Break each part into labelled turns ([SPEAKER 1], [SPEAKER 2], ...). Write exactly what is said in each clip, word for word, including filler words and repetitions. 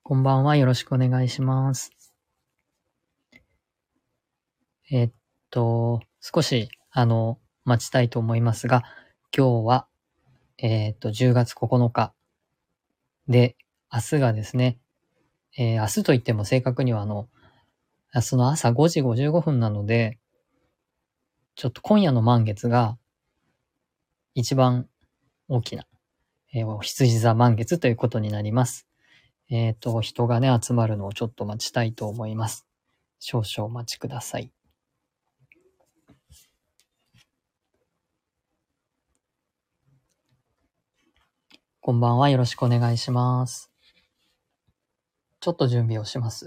[SPEAKER 1] こんばんは。よろしくお願いします。えっと、少し、あの、待ちたいと思いますが、今日は、えっと、じゅうがつここのかで、明日がですね、えー明日といっても正確にはあの、明日の朝ごじごじゅうごふんなので、ちょっと今夜の満月が一番大きな、えーお羊座満月ということになります。えっと、人がね、集まるのをちょっと待ちたいと思います。少々お待ちください。こんばんは。よろしくお願いします。ちょっと準備をします。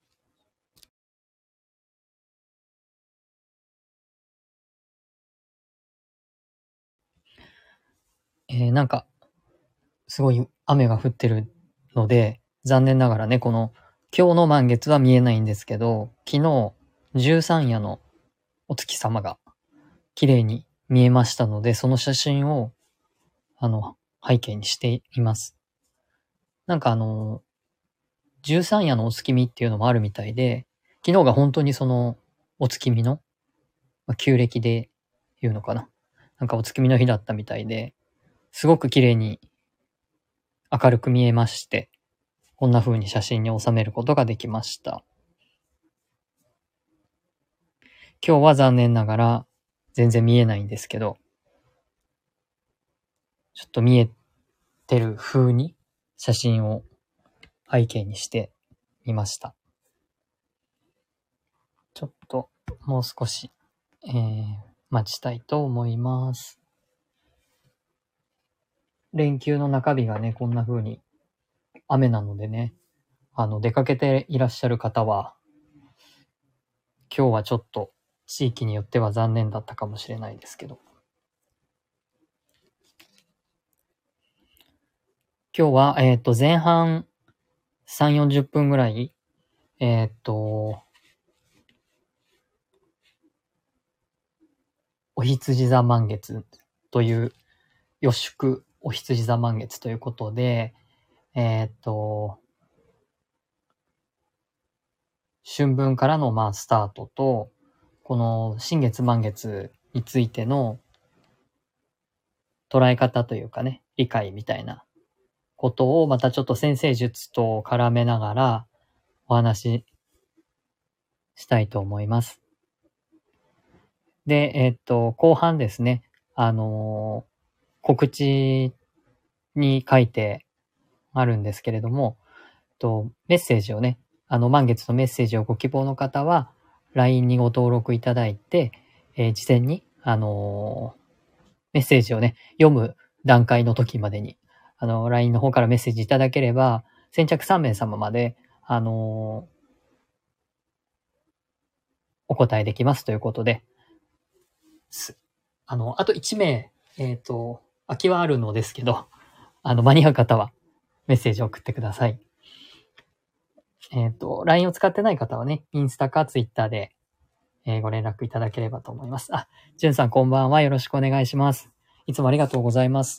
[SPEAKER 1] えーなんか、すごい雨が降ってるので、残念ながらね、この、今日の満月は見えないんですけど、昨日、十三夜のお月様が綺麗に見えましたので、その写真を、あの、背景にしています。なんかあの、十三夜のお月見っていうのもあるみたいで、昨日が本当にその、お月見の、まあ、旧暦で言うのかな。なんかお月見の日だったみたいで、すごく綺麗に明るく見えまして、こんな風に写真に収めることができました。今日は残念ながら全然見えないんですけど、ちょっと見えてる風に写真を背景にしてみました。ちょっともう少し、えー、待ちたいと思います。連休の中日がね、こんな風に雨なのでね、あの、出かけていらっしゃる方は、今日はちょっと地域によっては残念だったかもしれないですけど、今日は、えっと、前半さん、よんじゅっぷんぐらい、えっと、お羊座満月という、予祝お羊座満月ということで、えっと、春分からのまあスタートと、この新月満月についての捉え方というかね、理解みたいなことをまたちょっと占星術と絡めながらお話ししたいと思います。で、えっと、後半ですね、あのー告知に書いてあるんですけれども、とメッセージをね、あの満月のメッセージをご希望の方は ライン にご登録いただいて、えー事前に、あのーメッセージをね、読む段階の時までに、あの、ライン の方からメッセージいただければ、先着さんめいさままで、あのーお答えできますということで、すあの、あといちめい、えっと、空きはあるのですけど、あの、間に合う方はメッセージを送ってください。えっと、ライン を使ってない方はね、インスタかツイッターで、えーご連絡いただければと思います。あ、じゅんさんこんばんは。よろしくお願いします。いつもありがとうございます。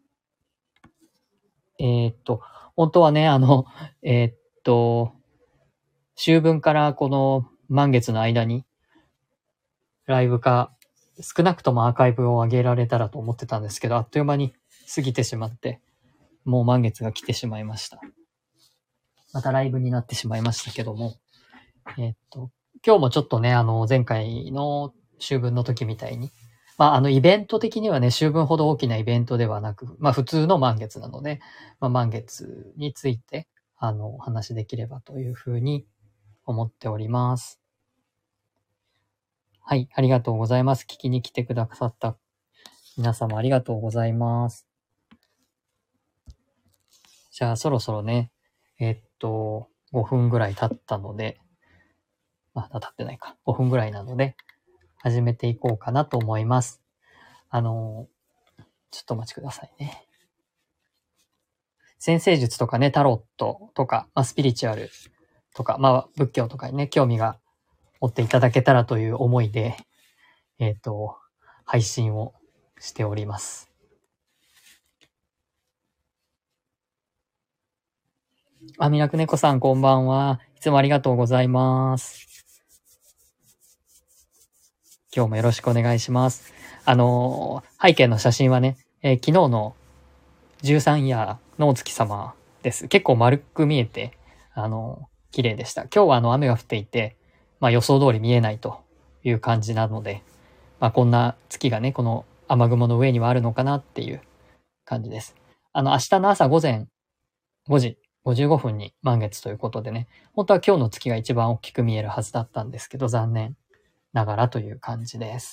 [SPEAKER 1] えーっと、本当はね、あの、えーっと、秋分からこの満月の間にライブか、少なくともアーカイブを上げられたらと思ってたんですけど、あっという間に過ぎてしまって、もう満月が来てしまいました。またライブになってしまいましたけども、えーっと、今日もちょっとね、あの、前回の秋分の時みたいに、まあ、あの、イベント的にはね、秋分ほど大きなイベントではなく、まあ、普通の満月なので、まあ、満月について、あの、お話しできればというふうに思っております。はい、ありがとうございます。聞きに来てくださった皆様ありがとうございます。じゃあ、そろそろね、えっと、ごふんぐらい経ったので、まだ経ってないか。ごふんぐらいなので、始めていこうかなと思います。あの、ちょっとお待ちくださいね。占星術とかね、タロットとか、まあ、スピリチュアルとか、まあ、仏教とかにね、興味が持っていただけたらという思いで、えっと、配信をしております。 あ、みなくねこさんこんばんは。いつもありがとうございます。今日もよろしくお願いします。あのー背景の写真はね、えー昨日のじゅうさん夜のお月様です。結構丸く見えて、あのー綺麗でした。今日はあの雨が降っていて、まあ予想通り見えないという感じなので、まあこんな月がね、この雨雲の上にはあるのかなっていう感じです。あの明日の朝午前ごじごじゅうごふんに満月ということでね、本当は今日の月が一番大きく見えるはずだったんですけど、残念ながらという感じです。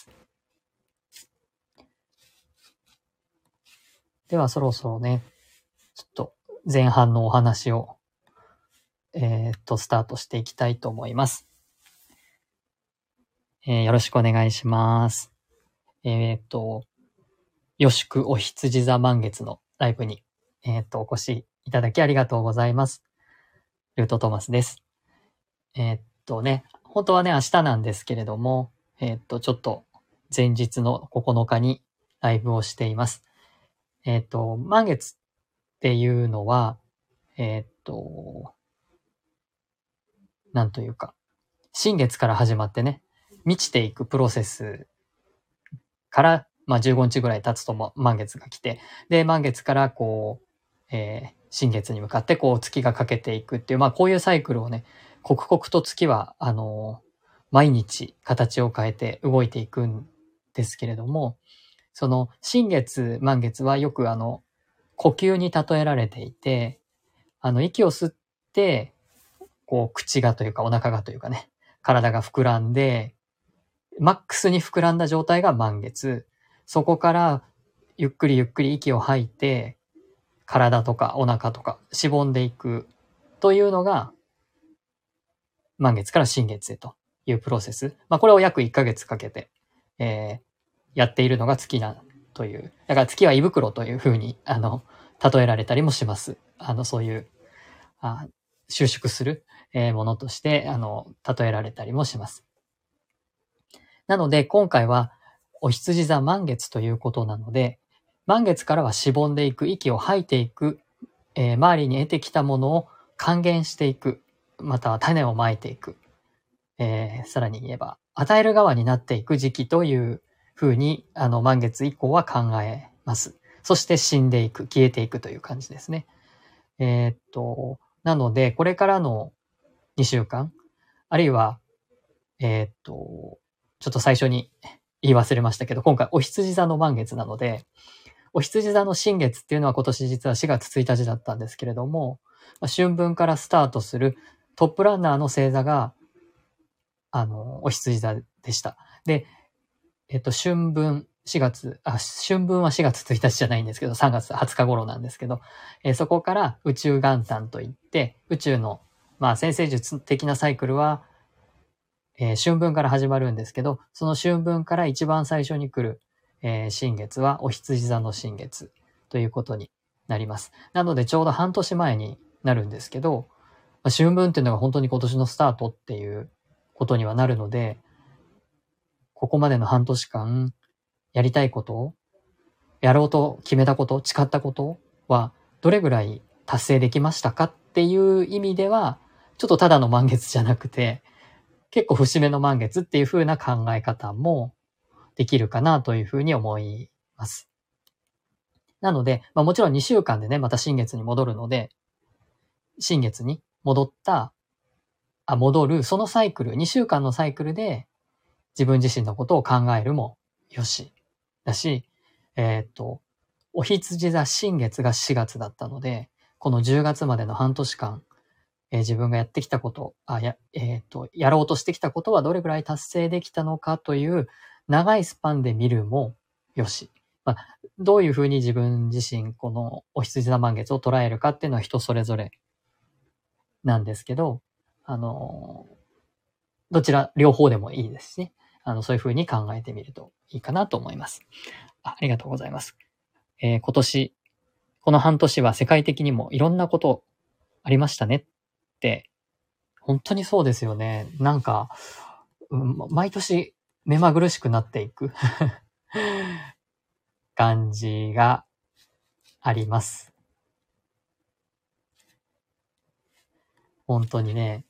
[SPEAKER 1] ではそろそろね、ちょっと前半のお話を、えーっと、スタートしていきたいと思います。えーよろしくお願いします。えーっと、よしくお羊座満月のライブに、えーっと、お越しいただきありがとうございます。ルートトマスです。えーっとね、本当はね、明日なんですけれども、えーっと、ちょっと前日のここのかにライブをしています。えーっと、満月っていうのは、えーっと、なんというか、新月から始まってね、満ちていくプロセスから、まあじゅうごにちぐらい経つとも満月が来て、で、満月からこう、えー新月に向かってこう月がかけていくっていう、まあこういうサイクルをね、刻々と月は、あのー毎日形を変えて動いていくんですけれども、その新月、満月はよくあの、呼吸に例えられていて、あの、息を吸って、こう、口がというかお腹がというかね、体が膨らんで、マックスに膨らんだ状態が満月。そこからゆっくりゆっくり息を吐いて、体とかお腹とかしぼんでいくというのが満月から新月へというプロセス。まあこれを約いっかげつかけて、えーやっているのが月なという。だから月は胃袋というふうに、あの、例えられたりもします。あの、そういう、あ収縮する、えーものとして、あの、例えられたりもします。なので、今回は、お羊座満月ということなので、満月からはしぼんでいく、息を吐いていく、えー周りに得てきたものを還元していく、または種をまいていく、えーさらに言えば、与える側になっていく時期というふうに、あの、満月以降は考えます。そして死んでいく、消えていくという感じですね。えーっと、なので、これからのにしゅうかん、あるいは、えーっと、ちょっと最初に言い忘れましたけど、今回お羊座の満月なので、お羊座の新月っていうのは今年実はしがつついたちだったんですけれども、まあ、春分からスタートするトップランナーの星座が、あの、お羊座でした。で、えっと、春分、しがつ、あ、春分はしがつついたちじゃないんですけど、さんがつはつか頃なんですけど、えーそこから宇宙元旦といって、宇宙の、まあ、占星術的なサイクルは、えー春分から始まるんですけど、その春分から一番最初に来る、えー新月はお羊座の新月ということになります。なのでちょうど半年前になるんですけど、まあ、春分っていうのが本当に今年のスタートっていうことにはなるので、ここまでの半年間やりたいことを、やろうと決めたこと、誓ったことはどれぐらい達成できましたかっていう意味では、ちょっとただの満月じゃなくて、結構節目の満月っていう風な考え方もできるかなというふうに思います。なので、まあもちろんにしゅうかんでね、また新月に戻るので、新月に戻った、あ、戻る、そのサイクル、にしゅうかんのサイクルで自分自身のことを考えるもよし。だし、えーっと、お羊座新月がしがつだったので、このじゅうがつまでの半年間、えー自分がやってきたこと、あ、や、えーっと、やろうとしてきたことはどれぐらい達成できたのかという長いスパンで見るもよし。まあ、どういうふうに自分自身、このお羊座満月を捉えるかっていうのは人それぞれなんですけど、あの、どちら、両方でもいいですしね。あの、そういうふうに考えてみるといいかなと思います。あ、ありがとうございます。えー今年、この半年は世界的にもいろんなことありましたねって、本当にそうですよね。なんか、うん、毎年目まぐるしくなっていく感じがあります。 本当にね。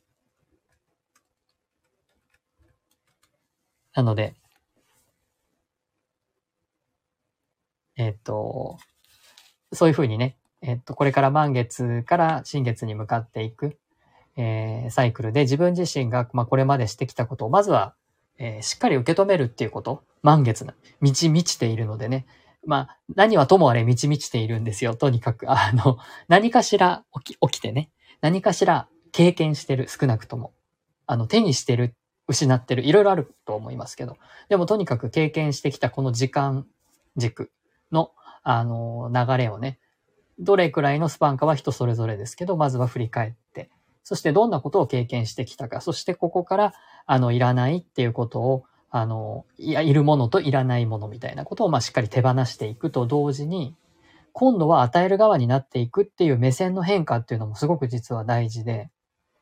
[SPEAKER 1] なので、えっと、そういうふうにね、えっと、これから満月から新月に向かっていく、えーサイクルで自分自身が、まあ、これまでしてきたことを、まずは、えーしっかり受け止めるっていうこと、満月の、満ち満ちているのでね、まあ、何はともあれ満ち満ちているんですよ。とにかく、あの、何かしら起き、起きてね、何かしら経験してる、少なくとも。あの、手にしてる、失ってる、いろいろあると思いますけど、でもとにかく経験してきたこの時間軸の、あの、流れをね、どれくらいのスパンかは人それぞれですけど、まずは振り返って、そしてどんなことを経験してきたか、そしてここから、あの、いらないっていうことを、あの、いや、いるものといらないものみたいなことを、まあ、しっかり手放していくと同時に、今度は与える側になっていくっていう目線の変化っていうのもすごく実は大事で、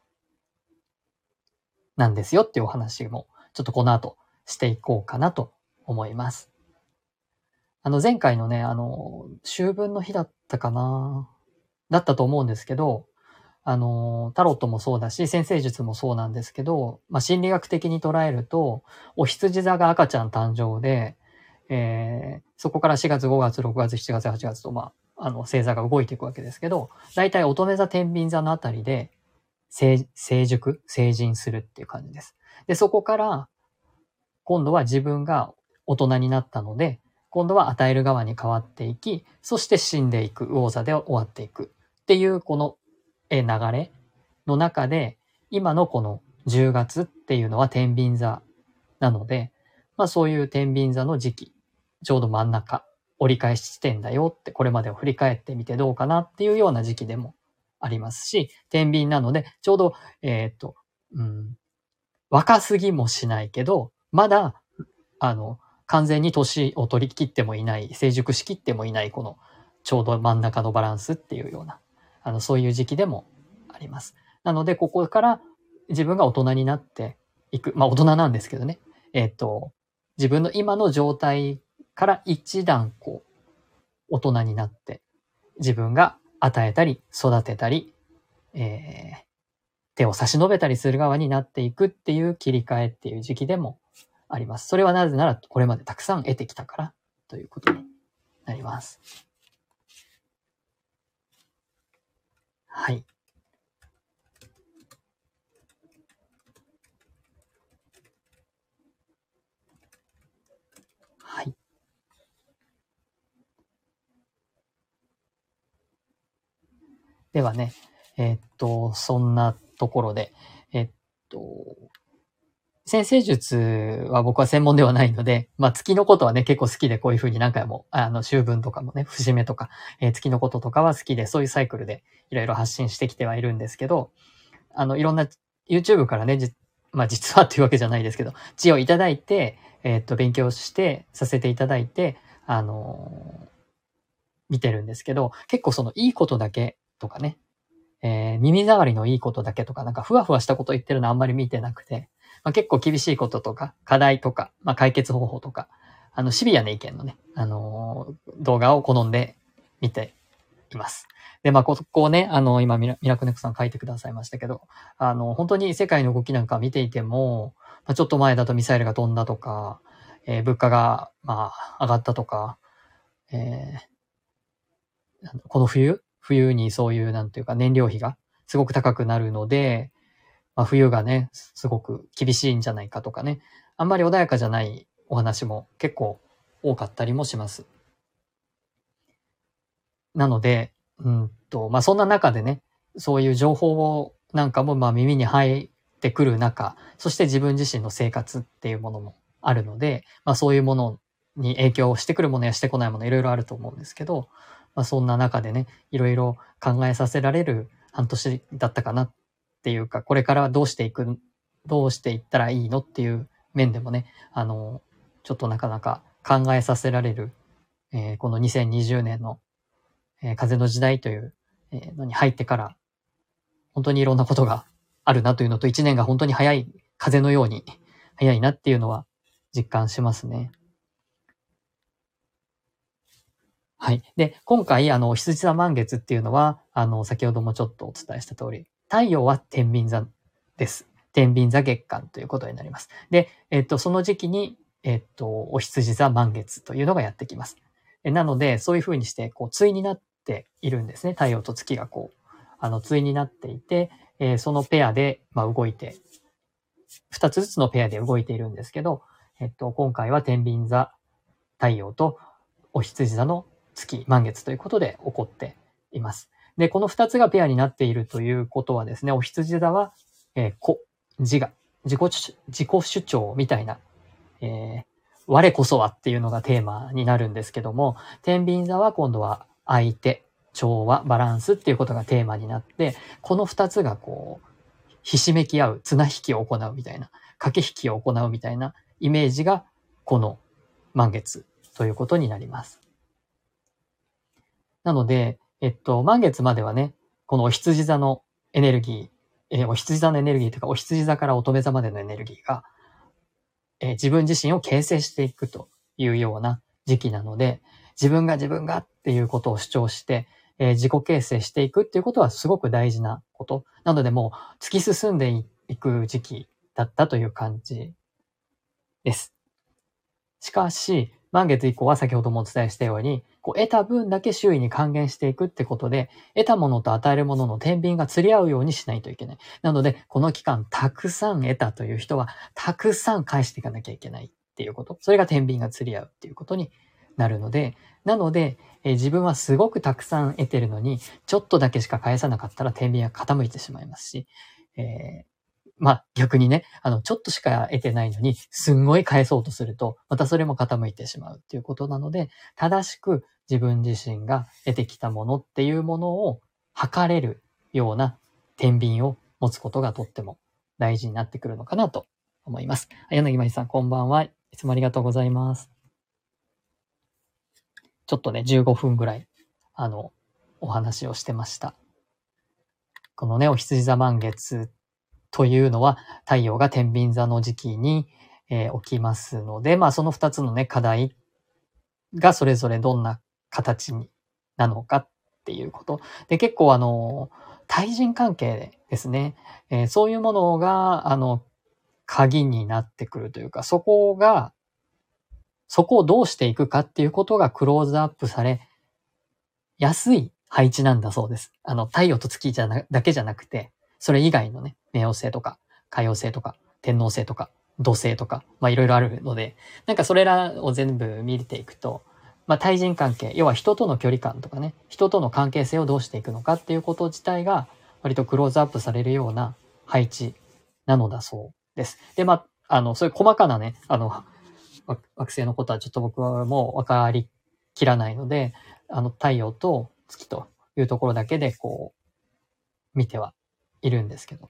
[SPEAKER 1] なんですよっていうお話も、ちょっとこの後していこうかなと思います。あの、前回のね、あの、秋分の日だったかなだったと思うんですけど、あの、タロットもそうだし、占星術もそうなんですけど、まあ、心理学的に捉えると、お羊座が赤ちゃん誕生で、えー、そこからしがつ、ごがつ、ろくがつ、しちがつ、はちがつと、まあ、あの、星座が動いていくわけですけど、だいたい乙女座、天秤座のあたりで、成、成熟、成人するっていう感じです。で、そこから、今度は自分が大人になったので、今度は与える側に変わっていき、そして死んでいく、魚座で終わっていくっていうこの流れの中で、今のこのじゅうがつっていうのは天秤座なので、まあそういう天秤座の時期、ちょうど真ん中、折り返し地点だよって、これまでを振り返ってみてどうかなっていうような時期でもありますし、天秤なので、ちょうど、えっと、うん、若すぎもしないけど、まだ、あの、完全に年を取り切ってもいない、成熟しきってもいない、この、ちょうど真ん中のバランスっていうような、あの、そういう時期でもあります。なので、ここから自分が大人になっていく。まあ、大人なんですけどね。えっと、自分の今の状態から一段、こう、大人になって、自分が与えたり、育てたり、えー手を差し伸べたりする側になっていくっていう切り替えっていう時期でもあります。それはなぜならこれまでたくさん得てきたからということになります。はい。はい。ではね、えーっと、そんなところで、えっと、占星術は僕は専門ではないので、まあ月のことはね、結構好きでこういうふうに何回も、あの、秋分とかもね、節目とか、えー月のこととかは好きで、そういうサイクルでいろいろ発信してきてはいるんですけど、あの、いろんな YouTube からね、じまあ実はっていうわけじゃないですけど、知恵をいただいて、えーっと、勉強してさせていただいて、あのー見てるんですけど、結構そのいいことだけとかね、えー耳障りのいいことだけとか、なんかふわふわしたこと言ってるのあんまり見てなくて、まあ、結構厳しいこととか、課題とか、まあ、解決方法とか、あの、シビアな意見のね、あのー動画を好んで見ています。で、まあ、ここをね、あの、今ミラ、ミラクネクさん書いてくださいましたけど、あの、本当に世界の動きなんか見ていても、まあ、ちょっと前だとミサイルが飛んだとか、えー物価が、まあ、上がったとか、えーこの冬冬にそういう、なんていうか、燃料費がすごく高くなるので、まあ、冬がね、すごく厳しいんじゃないかとかね、あんまり穏やかじゃないお話も結構多かったりもします。なので、うんと、まあ、そんな中でね、そういう情報をなんかもまあ耳に入ってくる中、そして自分自身の生活っていうものもあるので、まあ、そういうものに影響してくるものやしてこないものいろいろあると思うんですけど、まあ、そんな中でね、いろいろ考えさせられる半年だったかなっていうか、これからどうしていく、どうしていったらいいのっていう面でもね、あの、ちょっとなかなか考えさせられる、えーこのにせんにじゅうねんのえー風の時代というえーのに入ってから、本当にいろんなことがあるなというのと、一年が本当に早い、風のように早いなっていうのは実感しますね。はい。で、今回、あの、羊座満月っていうのは、あの、先ほどもちょっとお伝えした通り、 太陽は天秤座です。天秤座月間ということになります。で、えっと、その時期に、えっと、お羊座満月というのがやってきます。なので、そういう風にして、こう、対になっているんですね。太陽と月がこう、あの、対になっていて、えー、そのペアで、まあ、動いて、二つずつのペアで動いているんですけど、えっと、今回は天秤座太陽とお羊座の月満月ということで起こっています。で、この二つがペアになっているということはですね、お羊座は、えー、こ、自我、自己、自己主張みたいな、えー、我こそはっていうのがテーマになるんですけども、天秤座は今度は相手、調和、バランスっていうことがテーマになって、この二つがこう、ひしめき合う、綱引きを行うみたいな、駆け引きを行うみたいなイメージが、この満月ということになります。なので、えっと、満月まではね、このお羊座のエネルギー、えー、お羊座のエネルギーというか、お羊座から乙女座までのエネルギーが、えー、自分自身を形成していくというような時期なので、自分が自分がっていうことを主張して、えー、自己形成していくっていうことはすごく大事なこと。なのでもう突き進んでいく時期だったという感じです。しかし、満月以降は先ほどもお伝えしたように、こう得た分だけ周囲に還元していくってことで、得たものと与えるものの天秤が釣り合うようにしないといけない。なので、この期間たくさん得たという人は、たくさん返していかなきゃいけないっていうこと。それが天秤が釣り合うっていうことになるので、なので、えー、自分はすごくたくさん得てるのに、ちょっとだけしか返さなかったら天秤が傾いてしまいますし、えーまあ逆にね、あの、ちょっとしか得てないのに、すんごい返そうとすると、またそれも傾いてしまうっていうことなので、正しく自分自身が得てきたものっていうものを測れるような天秤を持つことがとっても大事になってくるのかなと思います。柳舞さん、こんばんは。いつもありがとうございます。ちょっとね、じゅうごふんぐらい、あの、お話をしてました。このね、お羊座満月というのは太陽が天秤座の時期に、えー、起きますので、まあその二つのね、課題がそれぞれどんな形になのかっていうこと。で、結構あの、対人関係ですね。えー、そういうものが、あの、鍵になってくるというか、そこが、そこをどうしていくかっていうことがクローズアップされやすい配置なんだそうです。あの、太陽と月じゃな、だけじゃなくて、それ以外のね、冥王星とか、海王星とか、天王星とか、土星とか、まあいろいろあるので、なんかそれらを全部見ていくと、まあ対人関係、要は人との距離感とかね、人との関係性をどうしていくのかっていうこと自体が、割とクローズアップされるような配置なのだそうです。で、まあ、あの、そういう細かなね、あの、惑星のことはちょっと僕はもう分かりきらないので、あの、太陽と月というところだけでこう、見てはいるんですけど。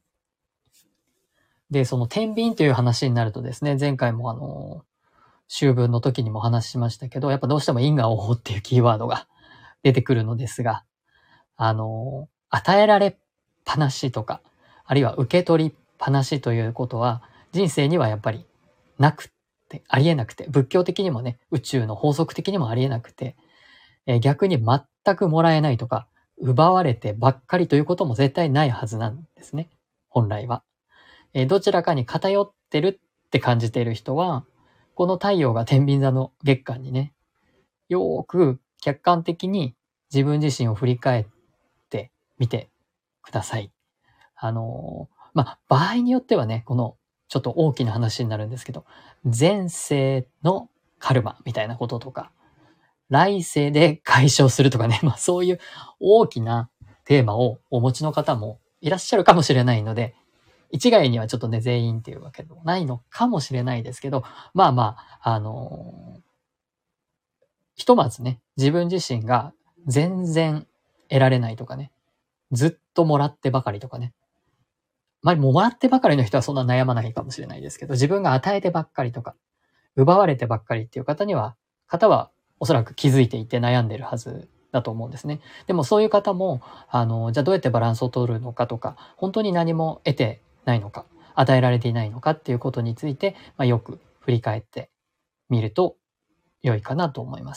[SPEAKER 1] で、その天秤という話になるとですね、前回もあの、秋分の時にも話しましたけど、やっぱどうしても因果応報っていうキーワードが出てくるのですが、あの、与えられっぱなしとか、あるいは受け取りっぱなしということは、人生にはやっぱりなくて、ありえなくて、仏教的にもね、宇宙の法則的にもありえなくて、えー逆に全くもらえないとか、奪われてばっかりということも絶対ないはずなんですね。本来は。えーどちらかに偏ってるって感じている人は、この太陽が天秤座の月間にね、よーく客観的に自分自身を振り返ってみてください。あのーまあ、場合によってはね、このちょっと大きな話になるんですけど、前世のカルマみたいなこととか、来世で解消するとかね、まあそういう大きなテーマをお持ちの方もいらっしゃるかもしれないので、一概にはちょっとね、全員っていうわけでもないのかもしれないですけど、まあまあ、あのーひとまずね、自分自身が全然得られないとかね、ずっともらってばかりとかね、まあもらってばかりの人はそんな悩まないかもしれないですけど、自分が与えてばっかりとか、奪われてばっかりっていう方には、方はおそらく気づいていて悩んでるはずだと思うんですね。でもそういう方も、あの、じゃあどうやってバランスを取るのかとか、本当に何も得てないのか、与えられていないのかっていうことについて、まあ、よく振り返ってみると良いかなと思います。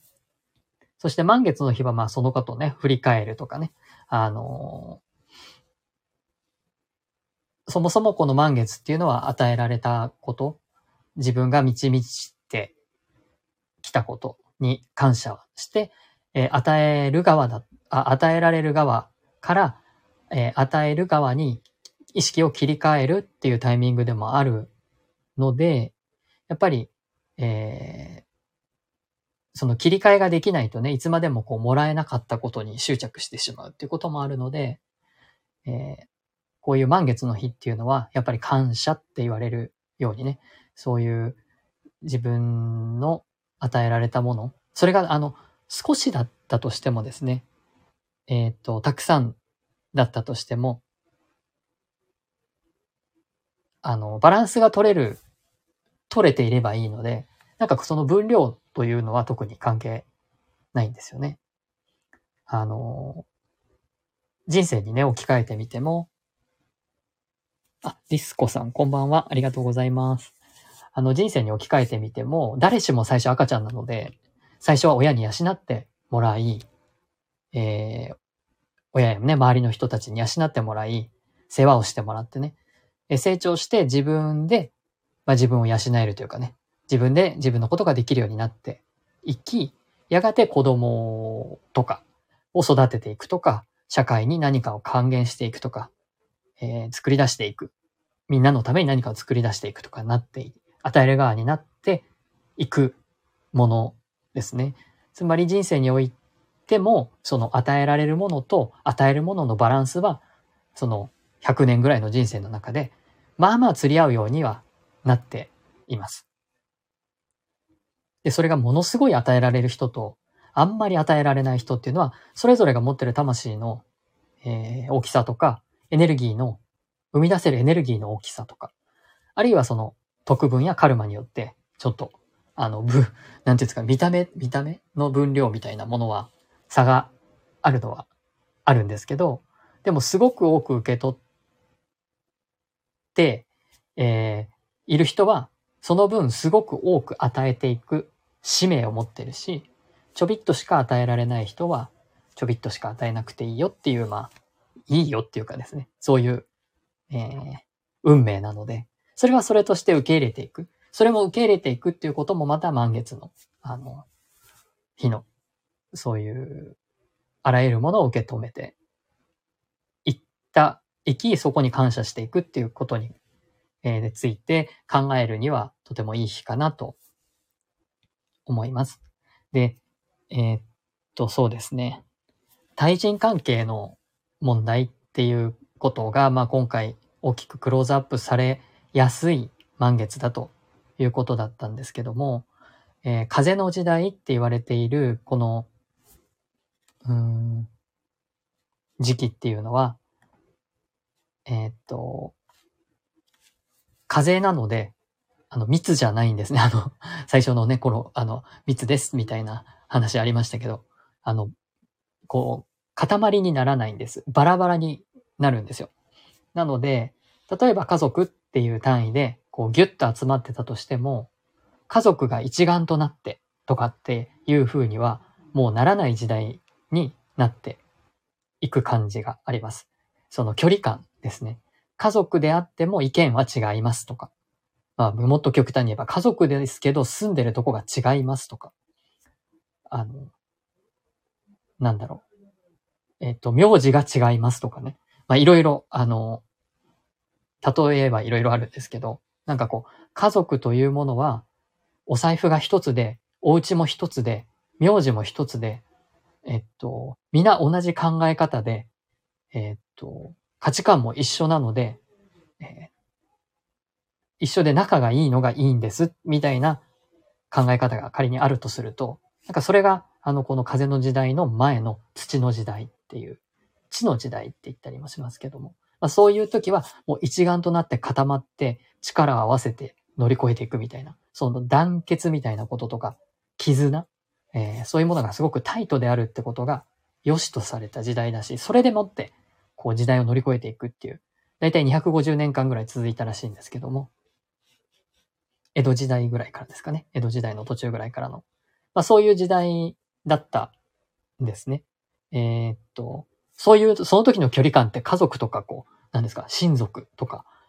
[SPEAKER 1] そして満月の日はまあそのことをね、振り返るとかね、あの、 そもそもこの満月っていうのは与えられたこと、自分が満ち満ちてきたことに感謝して、えー与える側だ、あ、与えられる側から、えー与える側に意識を切り替えるっていうタイミングでもあるので、やっぱり、えーその切り替えができないとね、いつまでもこうもらえなかったことに執着してしまうっていうこともあるので、えーこういう満月の日っていうのは、やっぱり感謝って言われるようにね、そういう自分の与えられたもの、それがあの、少しだったとしてもですね、えっと、たくさんだったとしても、あの、バランスが取れる、取れていればいいので、なんかその分量というのは特に関係ないんですよね。あの、人生にね、置き換えてみても、あ、ディスコさん、こんばんは。ありがとうございます。あの、人生に置き換えてみても、誰しも最初赤ちゃんなので、最初は親に養ってもらい、えー、親やね、周りの人たちに養ってもらい、世話をしてもらってね、え成長して自分で、まあ、自分を養えるというかね、自分で自分のことができるようになっていき、やがて子供とかを育てていくとか、社会に何かを還元していくとか、えー作り出していく。みんなのために何かを作り出していくとかなってい、与える側になっていくものですね。つまり人生においても、その与えられるものと与えるもののバランスは、そのひゃくねんぐらいの人生の中で、まあまあ釣り合うようにはなっています。で、それがものすごい与えられる人と、あんまり与えられない人っていうのは、それぞれが持ってる魂の、えー大きさとか、エネルギーの、生み出せるエネルギーの大きさとか、あるいはその特分やカルマによって、ちょっと、あの、ぶ、なんていうんですか、見た目、見た目の分量みたいなものは差があるのはあるんですけど、でもすごく多く受け取って、えーいる人は、その分すごく多く与えていく使命を持ってるし、ちょびっとしか与えられない人は、ちょびっとしか与えなくていいよっていう、まあ、いいよっていうかですね、そういう、えー運命なので、それはそれとして受け入れていく。それも受け入れていくっていうこともまた満月の、あの、日の、そういう、あらゆるものを受け止めていった、いき、そこに感謝していくっていうことに、えーついて考えるにはとてもいい日かなと思います。で、えーっと、そうですね。対人関係の問題っていうことが、まあ今回大きくクローズアップされやすい満月だということだったんですけども、えー風の時代って言われているこの、うーん、時期っていうのは、えーっと、風なので、あの、密じゃないんですね。あの、最初のね、この、あの、密ですみたいな話ありましたけど、あの、こう、塊にならないんです。バラバラになるんですよ。なので、例えば家族っていう単位で、こうギュッと集まってたとしても、家族が一丸となってとかっていう風には、もうならない時代になっていく感じがあります。その距離感ですね。家族であっても意見は違いますとか。まあ、もっと極端に言えば家族ですけど住んでるとこが違いますとか。あの、なんだろう。えっと、名字が違いますとかね。まあ、いろいろ、あの、例えばいろいろあるんですけど、なんかこう、家族というものは、お財布が一つで、お家も一つで、名字も一つで、えっと、皆同じ考え方で、えっと、価値観も一緒なので、えー一緒で仲がいいのがいいんです、みたいな考え方が仮にあるとすると、なんかそれが、あの、この風の時代の前の土の時代っていう、地の時代って言ったりもしますけども、まあ、そういう時はもう一丸となって固まって力を合わせて乗り越えていくみたいな、その団結みたいなこととか、絆、えーそういうものがすごくタイトであるってことが良しとされた時代だし、それでもって、こう時代を乗り越えていくっていう、だいたいにひゃくごじゅうねんかんぐらい続いたらしいんですけども、江戸時代ぐらいからですかね。江戸時代の途中ぐらいからの。まあそういう時代だったんですね。えーっと、そういう、その時の距離感って家族とかこう、なんですか、親族とか、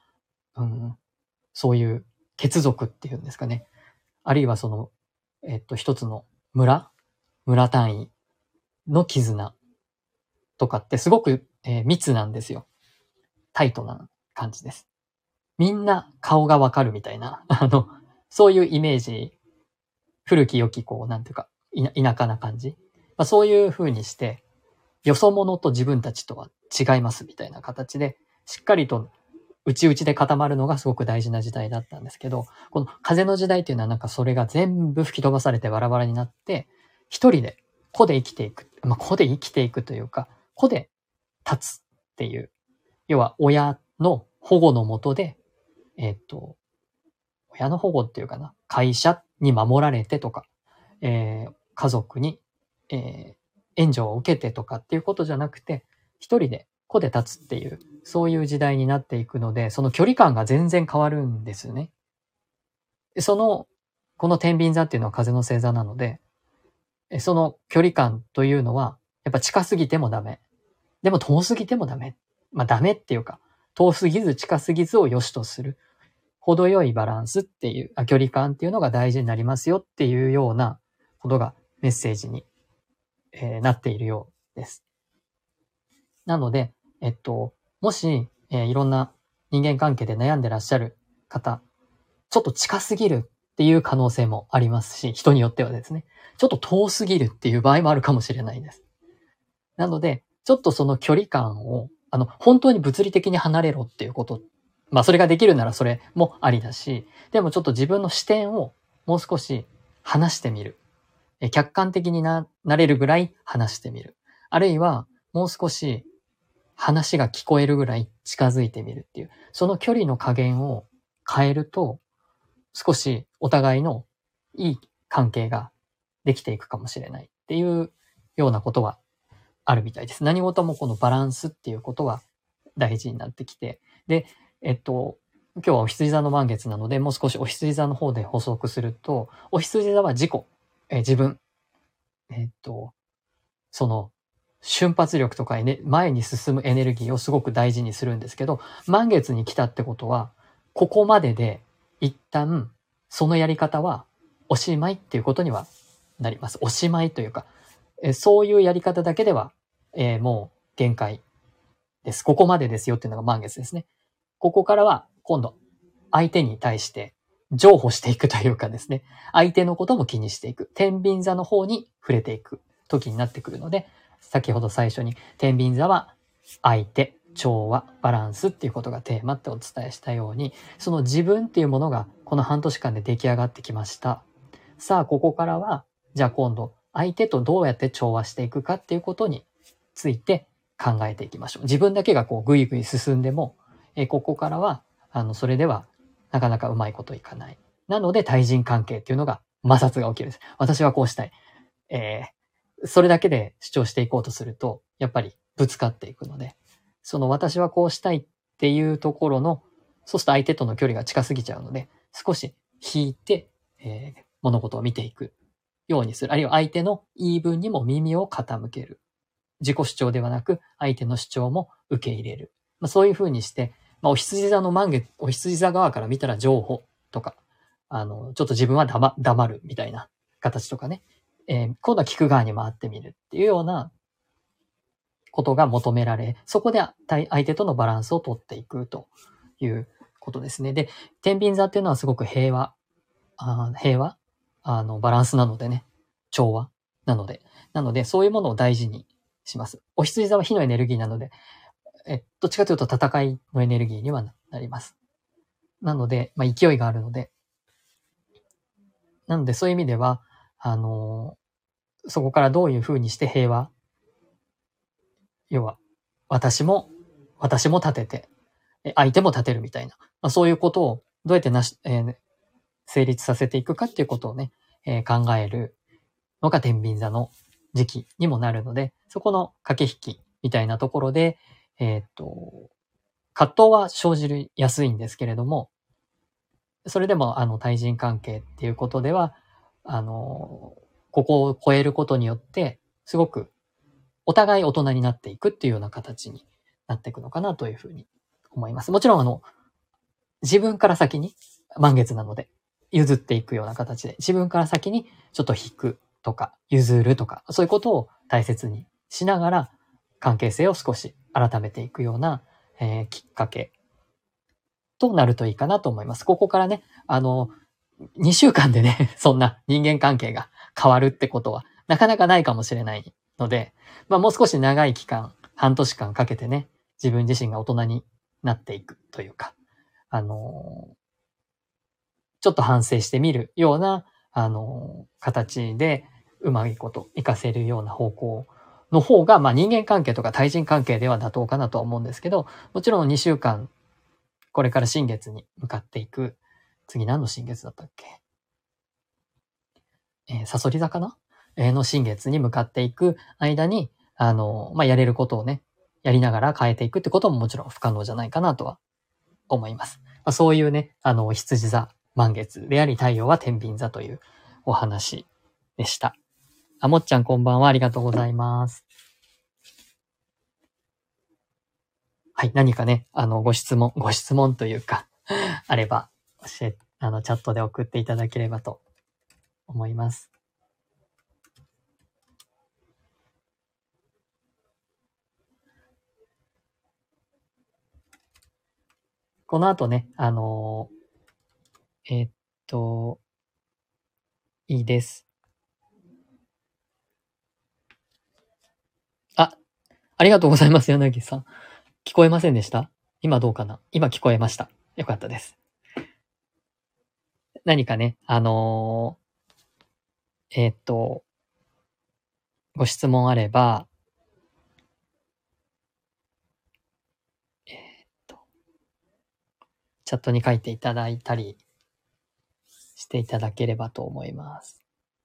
[SPEAKER 1] うん、そういう血族っていうんですかね。あるいはその、えっと、一つの村村単位の絆とかってすごく、えー密なんですよ。タイトな感じです。みんな顔がわかるみたいな、あの、そういうイメージ、古き良きこう、なんていうか、田舎な感じ。まあ、そういう風にして、よそ者と自分たちとは違いますみたいな形で、しっかりと内々で固まるのがすごく大事な時代だったんですけど、この風の時代っていうのはなんかそれが全部吹き飛ばされてバラバラになって、一人で、個で生きていく。まあ、個で生きていくというか、個で立つっていう。要は親の保護のもとで、えっと、親の保護っていうかな、会社に守られてとか、えー家族に、えー援助を受けてとかっていうことじゃなくて、一人で個で立つっていう、そういう時代になっていくので、その距離感が全然変わるんですよね。でその、この天秤座っていうのは風の星座なので、えその距離感というのは、やっぱ近すぎてもダメ。でも遠すぎてもダメ。まあダメっていうか、遠すぎず近すぎずを良しとする。程よいバランスっていう、あ距離感っていうのが大事になりますよっていうようなことがメッセージに、えーなっているようです。なので、えっと、もし、えーいろんな人間関係で悩んでらっしゃる方、ちょっと近すぎるっていう可能性もありますし、人によってはですね、ちょっと遠すぎるっていう場合もあるかもしれないです。なので、ちょっとその距離感を、あの、本当に物理的に離れろっていうこと、まあそれができるならそれもありだし、でもちょっと自分の視点をもう少し離してみる。え客観的にな、なれるぐらい離してみる。あるいは、もう少し話が聞こえるぐらい近づいてみるっていう、その距離の加減を変えると、少しお互いのいい関係ができていくかもしれないっていうようなことはあるみたいです。何事もこのバランスっていうことは大事になってきて、で、えっと、今日はお羊座の満月なので、もう少しお羊座の方で補足すると、お羊座は自己、え自分、えっと、その瞬発力とか、ね、前に進むエネルギーをすごく大事にするんですけど、満月に来たってことは、ここまでで一旦そのやり方はおしまいっていうことにはなります。おしまいというか、えそういうやり方だけでは、えーもう限界です。ここまでですよっていうのが満月ですね。ここからは今度相手に対して譲歩していくというかですね、相手のことも気にしていく。天秤座の方に触れていく時になってくるので、先ほど最初に天秤座は相手、調和、バランスっていうことがテーマってお伝えしたように、その自分っていうものがこの半年間で出来上がってきました。さあ、ここからは、じゃあ今度、相手とどうやって調和していくかっていうことについて考えていきましょう。自分だけがこうぐいぐい進んでも、えここからは、あの、それではなかなかうまいこといかない。なので対人関係っていうのが摩擦が起きるんです。私はこうしたい。えー、それだけで主張していこうとすると、やっぱりぶつかっていくので、その私はこうしたいっていうところの、そうすると相手との距離が近すぎちゃうので、少し引いて、えー物事を見ていくようにする。あるいは相手の言い分にも耳を傾ける。自己主張ではなく、相手の主張も受け入れる。まあ、そういうふうにして、まあ、お羊座の満月、お羊座側から見たら情報とか、あの、ちょっと自分は黙黙るみたいな形とかね、えー今度は聞く側に回ってみるっていうようなことが求められ、そこで相相手とのバランスをとっていくということですね。で、天秤座っていうのはすごく平和、あ平和あの、バランスなのでね、調和なので、なので、そういうものを大事にします。お羊座は火のエネルギーなので、え、どっちかというと戦いのエネルギーにはなります。なので、まあ、勢いがあるので、なので、そういう意味では、あのーそこからどういうふうにして平和、要は、私も、私も立てて、相手も立てるみたいな、まあ、そういうことをどうやってなし、えー成立させていくかっていうことをね、えー考えるのが天秤座の時期にもなるので、そこの駆け引きみたいなところで、えーっと、葛藤は生じやすいんですけれども、それでもあの対人関係っていうことでは、あの、ここを超えることによって、すごくお互い大人になっていくっていうような形になっていくのかなというふうに思います。もちろんあの、 自分から先に、満月なので、譲っていくような形で、自分から先にちょっと引くとか、譲るとか、そういうことを大切にしながら、関係性を少し改めていくような、えーきっかけとなるといいかなと思います。ここからね、あの、にしゅうかんでね、そんな人間関係が変わるってことは、なかなかないかもしれないので、まあもう少し長い期間、半年間かけてね、自分自身が大人になっていくというか、あのーちょっと反省してみるような、あのー形で、うまいこと活かせるような方向の方が、まあ人間関係とか対人関係では妥当かなとは思うんですけど、もちろんにしゅうかん、これから新月に向かっていく、次何の新月だったっけ、えー、サソリ座かな、えーの新月に向かっていく間に、あの、まあ、やれることをね、やりながら変えていくってことももちろん不可能じゃないかなとは思います。まあ、そういうね、あの、羊座満月であり、太陽は天秤座というお話でした。あ、もっちゃんこんばんは。ありがとうございます。はい、何かね、あの、ご質問、ご質問というかあれば、教え、あの、チャットで送っていただければと思います。この後ね、あのーえーっと、いいです。あ、ありがとうございます、柳さん。聞こえませんでした？今どうかな？今聞こえました。よかったです。何かね、あのーえーっと、ご質問あれば、えーっと、チャットに書いていただいたりしていただければと思います。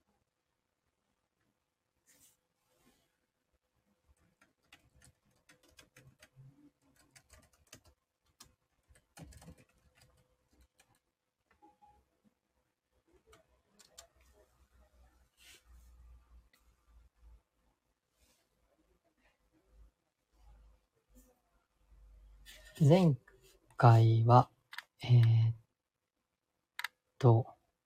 [SPEAKER 1] 前回は、えーっと、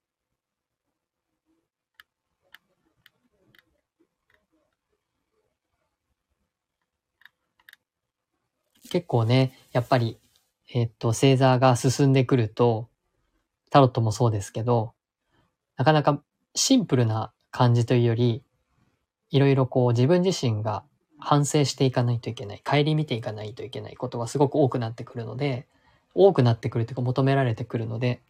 [SPEAKER 1] 結構ね、やっぱり、えーっと、星座が進んでくると、タロットもそうですけど、なかなかシンプルな感じというより、いろいろこう自分自身が反省していかないといけない、顧みていかないといけないことがすごく多くなってくるので、多くなってくるというか求められてくるので、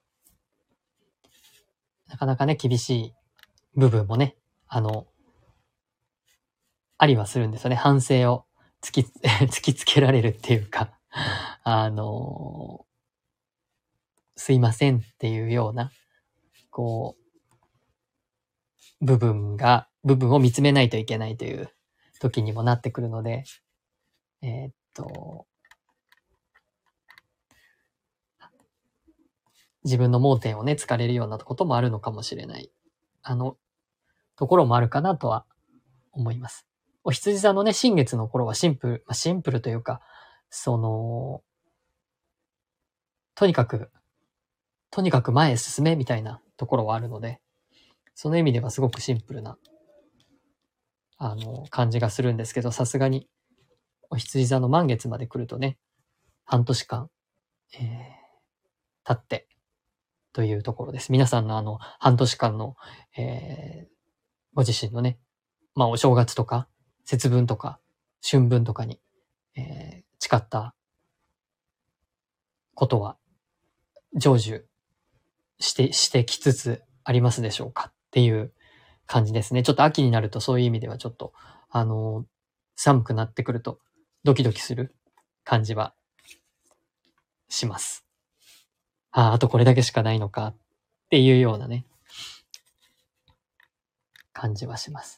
[SPEAKER 1] なかなかね、厳しい部分もね、あの、ありはするんですよね。反省を突き、突きつけられるっていうか、あの、すいませんっていうような、こう、部分が、部分を見つめないといけないという時にもなってくるので、えーっと、自分の盲点をね、突かれるようなこともあるのかもしれない。あの、ところもあるかなとは思います。お羊座のね、新月の頃はシンプル、まあ、シンプルというか、その、とにかく、とにかく前へ進めみたいなところはあるので、その意味ではすごくシンプルな、あの、感じがするんですけど、さすがに、お羊座の満月まで来るとね、半年間、えー、経ってというところです。皆さんのあの、半年間の、えー、ご自身のね、まあ、お正月とか、節分とか、春分とかに、えー、誓ったことは、成就して、してきつつありますでしょうかっていう感じですね。ちょっと秋になるとそういう意味ではちょっと、あのー寒くなってくるとドキドキする感じはします。ああ、あとこれだけしかないのかっていうようなね、感じはします。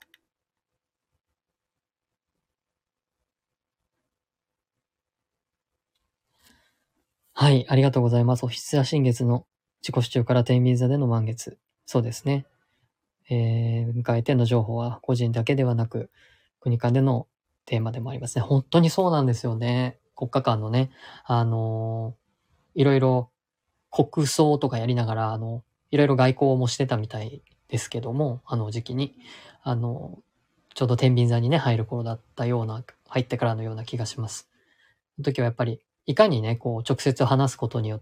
[SPEAKER 1] はい、ありがとうございます。おひつや新月の自己主張から天秤座での満月。そうですね。えー、迎えての情報は個人だけではなく、国間でのテーマでもありますね。本当にそうなんですよね。国家間のね、あのーいろいろ国葬とかやりながら、あの、いろいろ外交もしてたみたいですけども、あの時期に、あの、ちょうど天秤座にね、入る頃だったような、入ってからのような気がします。その時はやっぱり、いかにね、こう、直接話すことによって、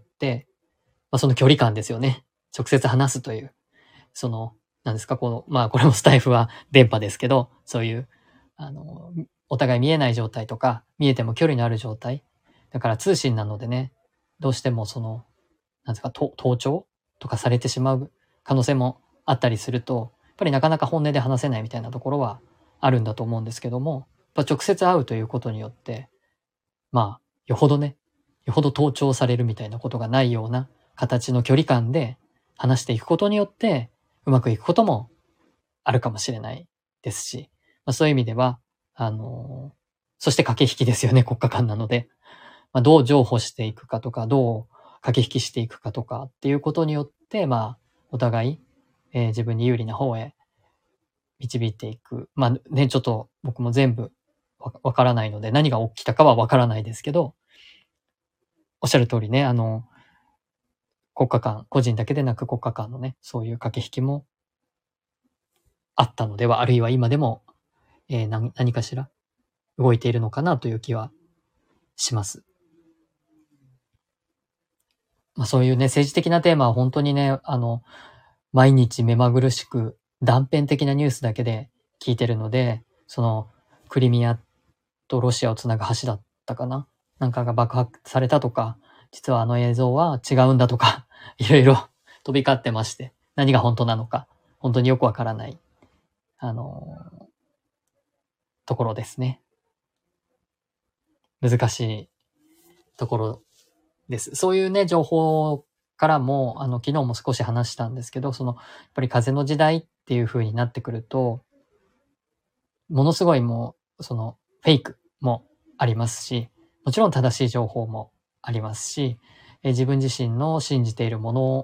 [SPEAKER 1] まあ、その距離感ですよね。直接話すという、その、なんですか、この、まあ、これもスタイフは電波ですけど、そういう、あの、お互い見えない状態とか、見えても距離のある状態。だから通信なのでね、どうしてもその、なんですか、と盗聴とかされてしまう可能性もあったりすると、やっぱりなかなか本音で話せないみたいなところはあるんだと思うんですけども、やっぱ直接会うということによって、まあ、よほどね、よほど盗聴されるみたいなことがないような形の距離感で話していくことによって、うまくいくこともあるかもしれないですし、まあ、そういう意味では、あの、そして駆け引きですよね、国家間なので。まあ、どう譲歩していくかとか、どう駆け引きしていくかとかっていうことによって、まあ、お互い、えー自分に有利な方へ導いていく。まあね、ちょっと僕も全部わわからないので、何が起きたかはわからないですけど、おっしゃる通りね、あの、国家間、個人だけでなく国家間のね、そういう駆け引きもあったのでは、あるいは今でも、えー何何かしら動いているのかなという気はします。まあそういうね、政治的なテーマは本当にね、あの、毎日目まぐるしく断片的なニュースだけで聞いてるので、そのクリミアとロシアをつなぐ橋だったかななんかが爆破されたとか、実はあの映像は違うんだとか、いろいろ飛び交ってまして、何が本当なのか、本当によくわからない、あのーところですね。難しいところです。そういうね、情報からも、あの、昨日も少し話したんですけど、その、やっぱり風の時代っていう風になってくると、ものすごいもう、その、フェイクもありますし、もちろん正しい情報もありますし、え自分自身の信じているもの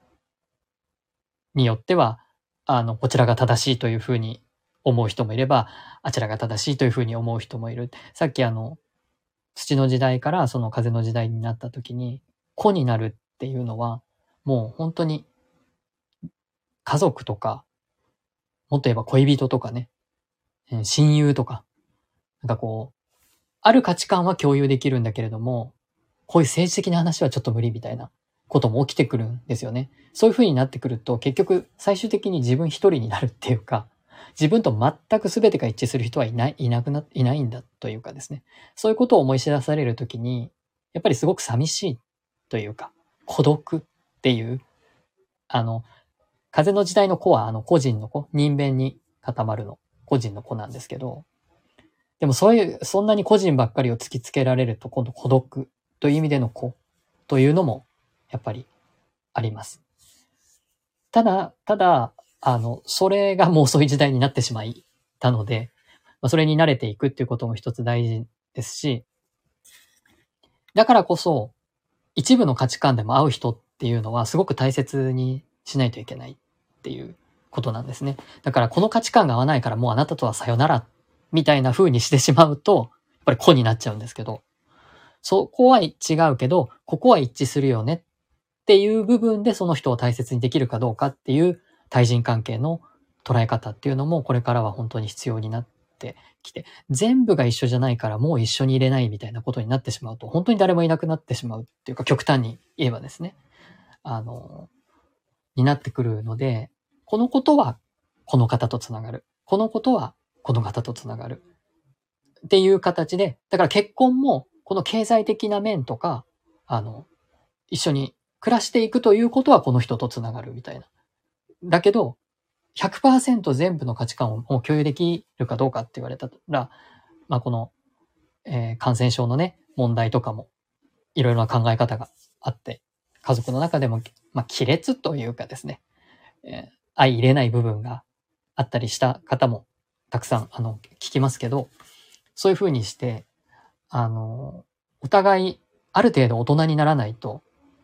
[SPEAKER 1] によっては、あの、こちらが正しいという風に思う人もいれば、あちらが正しいという風に思う人もいる。さっきあの、土の時代からその風の時代になった時に、子になるっていうのは、もう本当に家族とか、もっと言えば恋人とかね、親友とか、なんかこう、ある価値観は共有できるんだけれども、こういう政治的な話はちょっと無理みたいなことも起きてくるんですよね。そういう風になってくると、結局最終的に自分一人になるっていうか、自分と全く全てが一致する人はいない、いなくな、いないんだというかですね。そういうことを思い知らされるときに、やっぱりすごく寂しいというか、孤独っていう、あの、風の時代の子は、あの、個人の子、人弁に固まるの、個人の子なんですけど、でもそういう、そんなに個人ばっかりを突きつけられると、今度孤独という意味での子というのも、やっぱりあります。ただ、ただ、あの、それがもうそういう時代になってしまったので、まあ、それに慣れていくっていうことも一つ大事ですし、だからこそ、一部の価値観でも合う人っていうのはすごく大切にしないといけないっていうことなんですね。だからこの価値観が合わないからもうあなたとはさよならみたいな風にしてしまうと、やっぱり子になっちゃうんですけど、そこは違うけど、ここは一致するよねっていう部分でその人を大切にできるかどうかっていう対人関係の捉え方っていうのもこれからは本当に必要になってきて、全部が一緒じゃないからもう一緒に入れないみたいなことになってしまうと、本当に誰もいなくなってしまうっていうか、極端に言えばですね、あの、になってくるので、このことはこの方とつながる。このことはこの方とつながる。っていう形で、だから結婚もこの経済的な面とか、あの、一緒に暮らしていくということはこの人とつながるみたいな。だけど、ひゃくパーセント 全部の価値観をもう共有できるかどうかって言われたら、まあこの、えー感染症のね、問題とかもいろいろな考え方があって、家族の中でも、まあ亀裂というかですね、えー相入れない部分があったりした方もたくさん、あの、聞きますけど、そういうふうにして、あの、お互いある程度大人にならないと、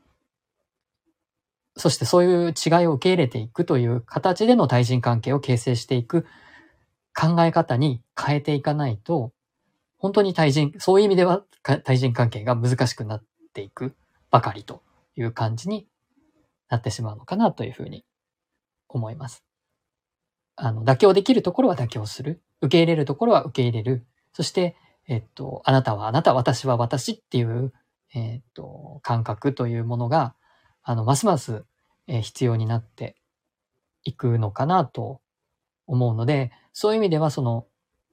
[SPEAKER 1] そしてそういう違いを受け入れていくという形での対人関係を形成していく考え方に変えていかないと、本当に対人、そういう意味では対人関係が難しくなっていくばかりという感じになってしまうのかなというふうに思います。あの、妥協できるところは妥協する。受け入れるところは受け入れる。そして、えっと、あなたはあなた、私は私っていう、えっと、感覚というものが、あの、ますます、えー必要になっていくのかなと思うので、そういう意味では、その、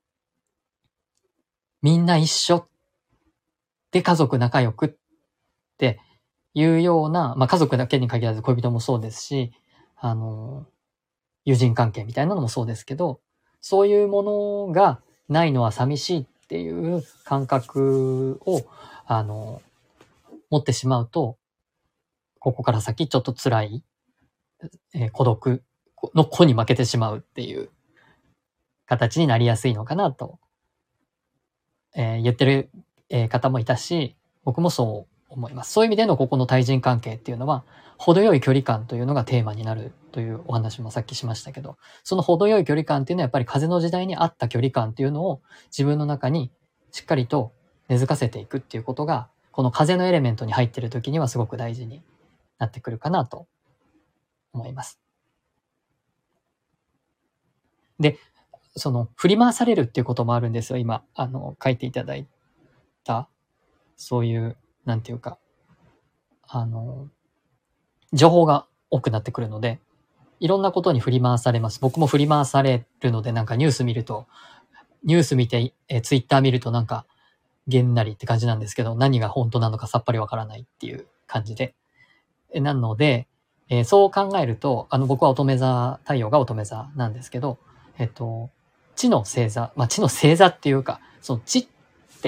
[SPEAKER 1] みんな一緒で家族仲良くっていうような、まあ家族だけに限らず恋人もそうですし、あの、友人関係みたいなのもそうですけど、そういうものがないのは寂しいっていう感覚を、あの、持ってしまうと、ここから先ちょっと辛い、えー孤独の子に負けてしまうっていう形になりやすいのかなと、えー言ってる、えー方もいたし、僕もそう思います。そういう意味でのここの対人関係っていうのは、程よい距離感というのがテーマになるというお話もさっきしましたけど、その程よい距離感っていうのはやっぱり風の時代に合った距離感っていうのを自分の中にしっかりと根付かせていくっていうことが、この風のエレメントに入っている時にはすごく大事になってくるかなと思います。で、その振り回されるっていうこともあるんですよ。今、あの、書いていただいた、そういう、なんていうか、あの、情報が多くなってくるので、いろんなことに振り回されます。僕も振り回されるので、なんかニュース見ると、ニュース見て、えツイッター見るとなんか、げんなりって感じなんですけど、何が本当なのかさっぱりわからないっていう感じで。えなので、えーそう考えると、あの、僕は乙女座、太陽が乙女座なんですけど、えっと、地の星座、まあ、地の星座っていうか、その地って、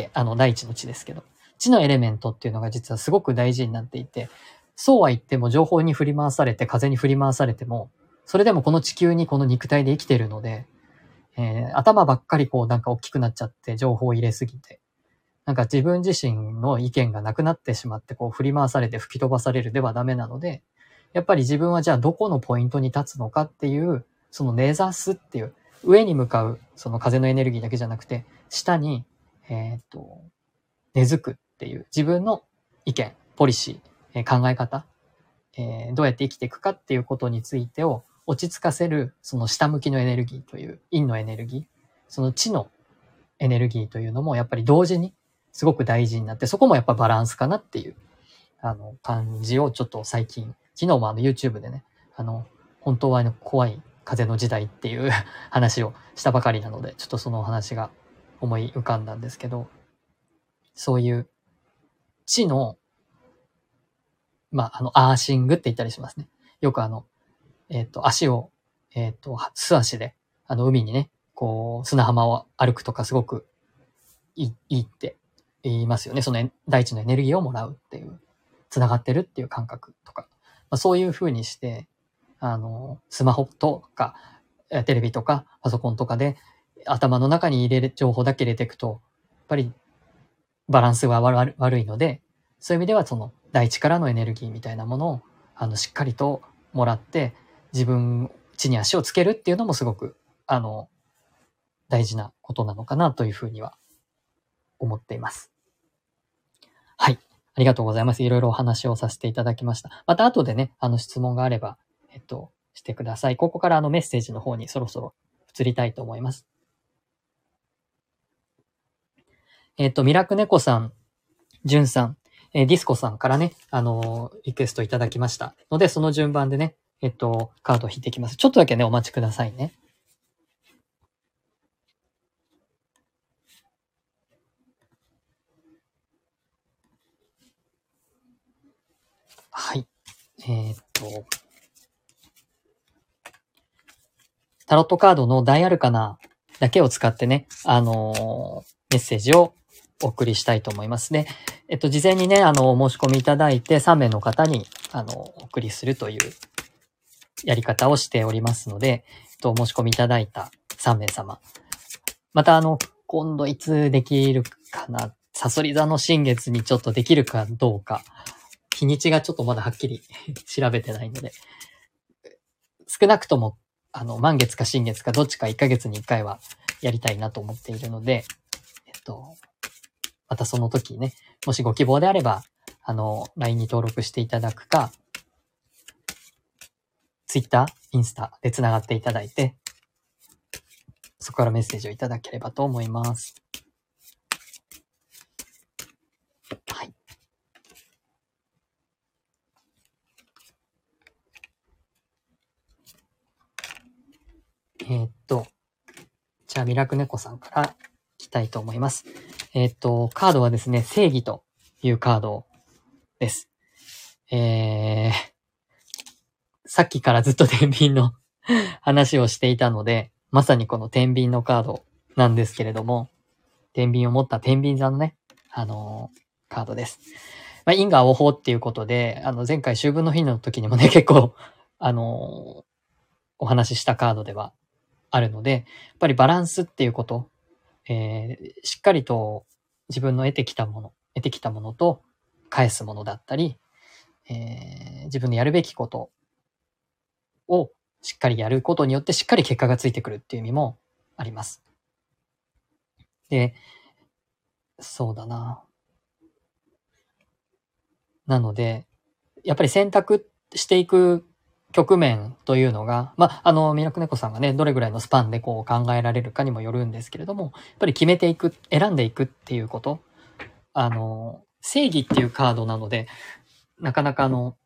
[SPEAKER 1] あの、大地の地ですけど、地のエレメントっていうのが実はすごく大事になっていて、そうは言っても情報に振り回されて、風に振り回されても、それでもこの地球にこの肉体で生きているので、えー頭ばっかりこうなんか大きくなっちゃって情報を入れすぎて、なんか自分自身の意見がなくなってしまってこう振り回されて吹き飛ばされるではダメなので、やっぱり自分はじゃあどこのポイントに立つのかっていう、その根ざすっていう、上に向かうその風のエネルギーだけじゃなくて、下に、えーっと、根付くっていう自分の意見、ポリシー、えー考え方、えーどうやって生きていくかっていうことについてを落ち着かせる、その下向きのエネルギーという、陰のエネルギー、その地のエネルギーというのもやっぱり同時にすごく大事になって、そこもやっぱバランスかなっていう、あの、感じをちょっと最近、昨日もあの YouTube でね、あの、本当はあの怖い風の時代っていう話をしたばかりなので、ちょっとその話が思い浮かんだんですけど、そういう地の、まあ、あの、アーシングって言ったりしますね。よくあの、えっと、足を、えっと、素足で、あの、海にね、こう、砂浜を歩くとかすごくいい、いいって言いますよね。その大地のエネルギーをもらうっていう、繋がってるっていう感覚とか。まあ、そういう風にして、あの、スマホとか、えテレビとか、パソコンとかで、頭の中に入れる情報だけ入れていくと、やっぱりバランスが悪悪いので、そういう意味ではその大地からのエネルギーみたいなものを、あの、しっかりともらって、自分、地に足をつけるっていうのもすごく、あの、大事なことなのかなというふうには思っています。はい。ありがとうございます。いろいろお話をさせていただきました。また後でね、あの質問があれば、えっと、してください。ここからあのメッセージの方にそろそろ移りたいと思います。えっと、ミラクネコさん、ジュンさん、えーディスコさんからね、あのーリクエストいただきましたので、その順番でね、えっと、カードを引いていきます。ちょっとだけね、お待ちくださいね。はい。えーっと、タロットカードの大アルカナだけを使ってね、あのーメッセージをお送りしたいと思いますね。えっと、事前にね、あの、お申し込みいただいてさん名の方に、あの、お送りするというやり方をしておりますので、えっと、お申し込みいただいたさん名様。また、あの、今度いつできるかな、サソリ座の新月にちょっとできるかどうか、日にちがちょっとまだはっきり調べてないので、少なくとも、あの、満月か新月かどっちかいっかげつにいっかいはやりたいなと思っているので、えっと、またその時ね、もしご希望であれば、 あの、ライン に登録していただくか、Twitter、インスタで繋がっていただいて、そこからメッセージをいただければと思います。はい。えー、っと、じゃあミラクネコさんからいきたいと思います。えー、っと、カードはですね、正義というカードです。えー、さっきからずっと天秤の話をしていたので、まさにこの天秤のカードなんですけれども、天秤を持った天秤座のね、あのー、カードです。まあ、因果応報っていうことで、あの、前回秋分の日の時にもね、結構、あのー、お話ししたカードではあるので、やっぱりバランスっていうこと、えー、しっかりと自分の得てきたもの、得てきたものと返すものだったり、えー、自分のやるべきことをしっかりやることによってしっかり結果がついてくるっていう意味もあります。で、そうだな。なので、やっぱり選択していく局面というのが、まあ、あの、ミラクネコさんがね、どれぐらいのスパンでこう考えられるかにもよるんですけれども、やっぱり決めていく、選んでいくっていうこと、あの、正義っていうカードなので、なかなかあの、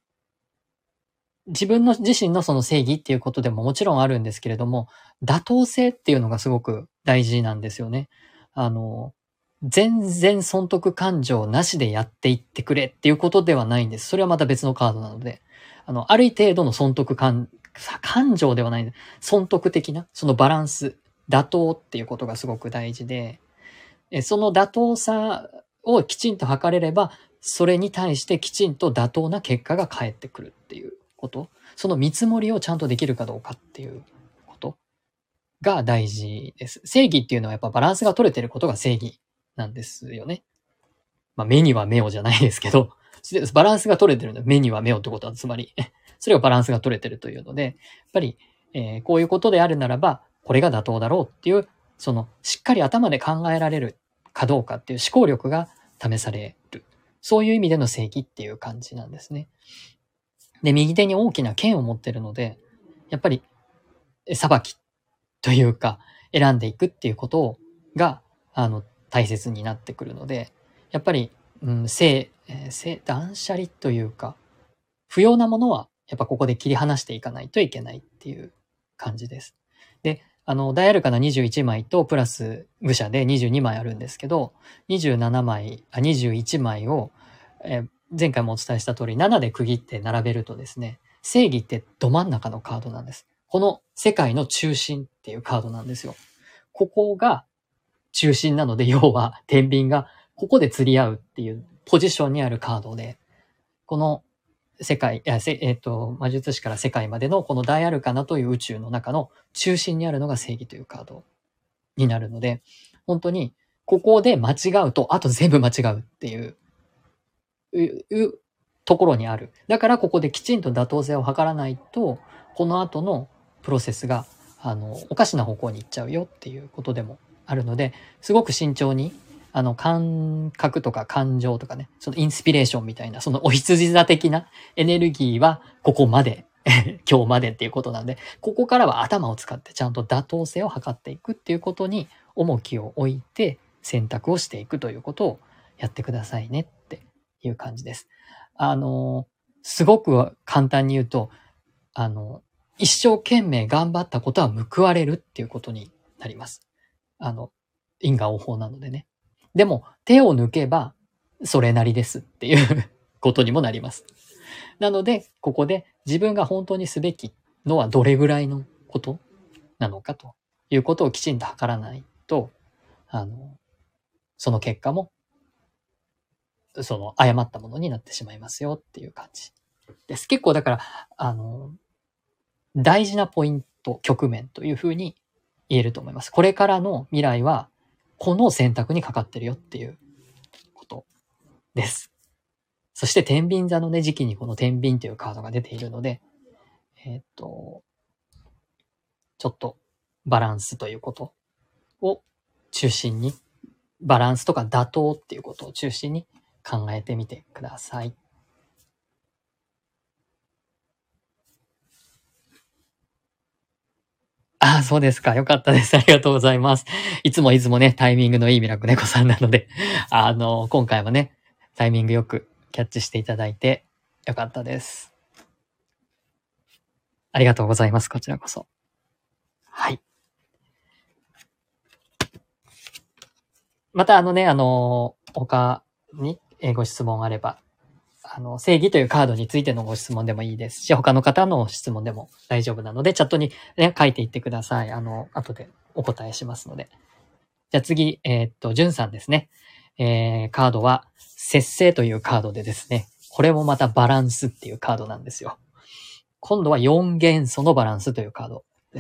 [SPEAKER 1] 自分の自身のその正義っていうことでももちろんあるんですけれども、妥当性っていうのがすごく大事なんですよね。あの、全然損得感情なしでやっていってくれっていうことではないんです。それはまた別のカードなので、あの、ある程度の損得感、感情ではないんです。損得的な、そのバランス、妥当っていうことがすごく大事で、その妥当さをきちんと測れれば、それに対してきちんと妥当な結果が返ってくるっていうこと。その見積もりをちゃんとできるかどうかっていうことが大事です。正義っていうのはやっぱバランスが取れてることが正義なんですよね。まあ目には目をじゃないですけど、バランスが取れてるので目には目をってことはつまり、それがバランスが取れてるというので、やっぱり、えー、こういうことであるならば、これが妥当だろうっていう、そのしっかり頭で考えられるかどうかっていう思考力が試される。そういう意味での正義っていう感じなんですね。で、右手に大きな剣を持ってるので、やっぱり、裁きというか、選んでいくっていうことが、あの、大切になってくるので、やっぱり、うん、性、えー性、断捨離というか、不要なものは、やっぱここで切り離していかないといけないっていう感じです。で、あの、大アルカナにじゅういちまいと、プラス愚者でにじゅうにまいあるんですけど、にじゅうななまい、あ、にじゅういちまいを、えー前回もお伝えした通り、ななで区切って並べるとですね、正義ってど真ん中のカードなんです。この世界の中心っていうカードなんですよ。ここが中心なので、要は天秤がここで釣り合うっていうポジションにあるカードで、この世界、いや、せえっ、と、魔術師から世界までのこの大アルカナという宇宙の中の中心にあるのが正義というカードになるので、本当にここで間違うと、あと全部間違うっていう、いうところにある。だからここできちんと妥当性を図らないと、この後のプロセスが、あの、おかしな方向に行っちゃうよっていうことでもあるので、すごく慎重に、あの、感覚とか感情とかね、そのインスピレーションみたいな、そのお羊座的なエネルギーはここまで、今日までっていうことなんで、ここからは頭を使ってちゃんと妥当性を図っていくっていうことに重きを置いて選択をしていくということをやってくださいねっていう感じです。あの、すごく簡単に言うと、あの、一生懸命頑張ったことは報われるっていうことになります。あの、因果応報なのでね。でも、手を抜けば、それなりですっていうことにもなります。なので、ここで自分が本当にすべきのはどれぐらいのことなのかということをきちんと測らないと、あの、その結果もその誤ったものになってしまいますよっていう感じです。結構だから、あの、大事なポイント、局面というふうに言えると思います。これからの未来は、この選択にかかってるよっていうことです。そして天秤座のね、時期にこの天秤というカードが出ているので、えっと、ちょっとバランスということを中心に、バランスとか妥当っていうことを中心に考えてみてください。ああ、そうですか。よかったです。ありがとうございます。いつもいつもね、タイミングのいいミラク猫さんなので、あの、今回もね、タイミングよくキャッチしていただいてよかったです。ありがとうございます。こちらこそ。はい。またあのね、あの、他にご質問あれば、あの、正義というカードについてのご質問でもいいですし、他の方の質問でも大丈夫なので、チャットにね、書いていってください。あの、後でお答えしますので。じゃあ次、えーっと、じゅんさんですね。えー、カードは、節制というカードでですね、これもまたバランスっていうカードなんですよ。今度はよん元素のバランスというカードです。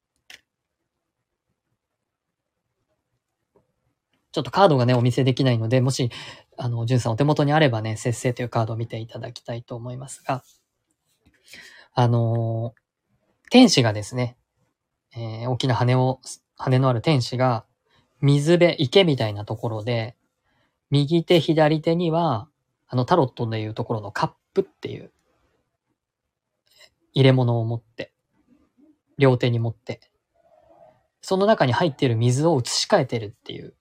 [SPEAKER 1] ちょっとカードがね、お見せできないので、もし、あの、じゅんさんお手元にあればね、節制というカードを見ていただきたいと思いますが、あのー天使がですね、えー大きな羽を、羽のある天使が、水辺、池みたいなところで、右手、左手には、あの、タロットでいうところのカップっていう入れ物を持って、両手に持って、その中に入っている水を移し替えてるっていう、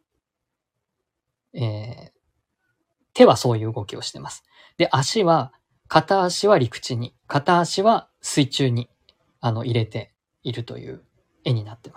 [SPEAKER 1] えー手はそういう動きをしてます。で、足は、片足は陸地に、片足は水中に、あの、入れているという絵になってます。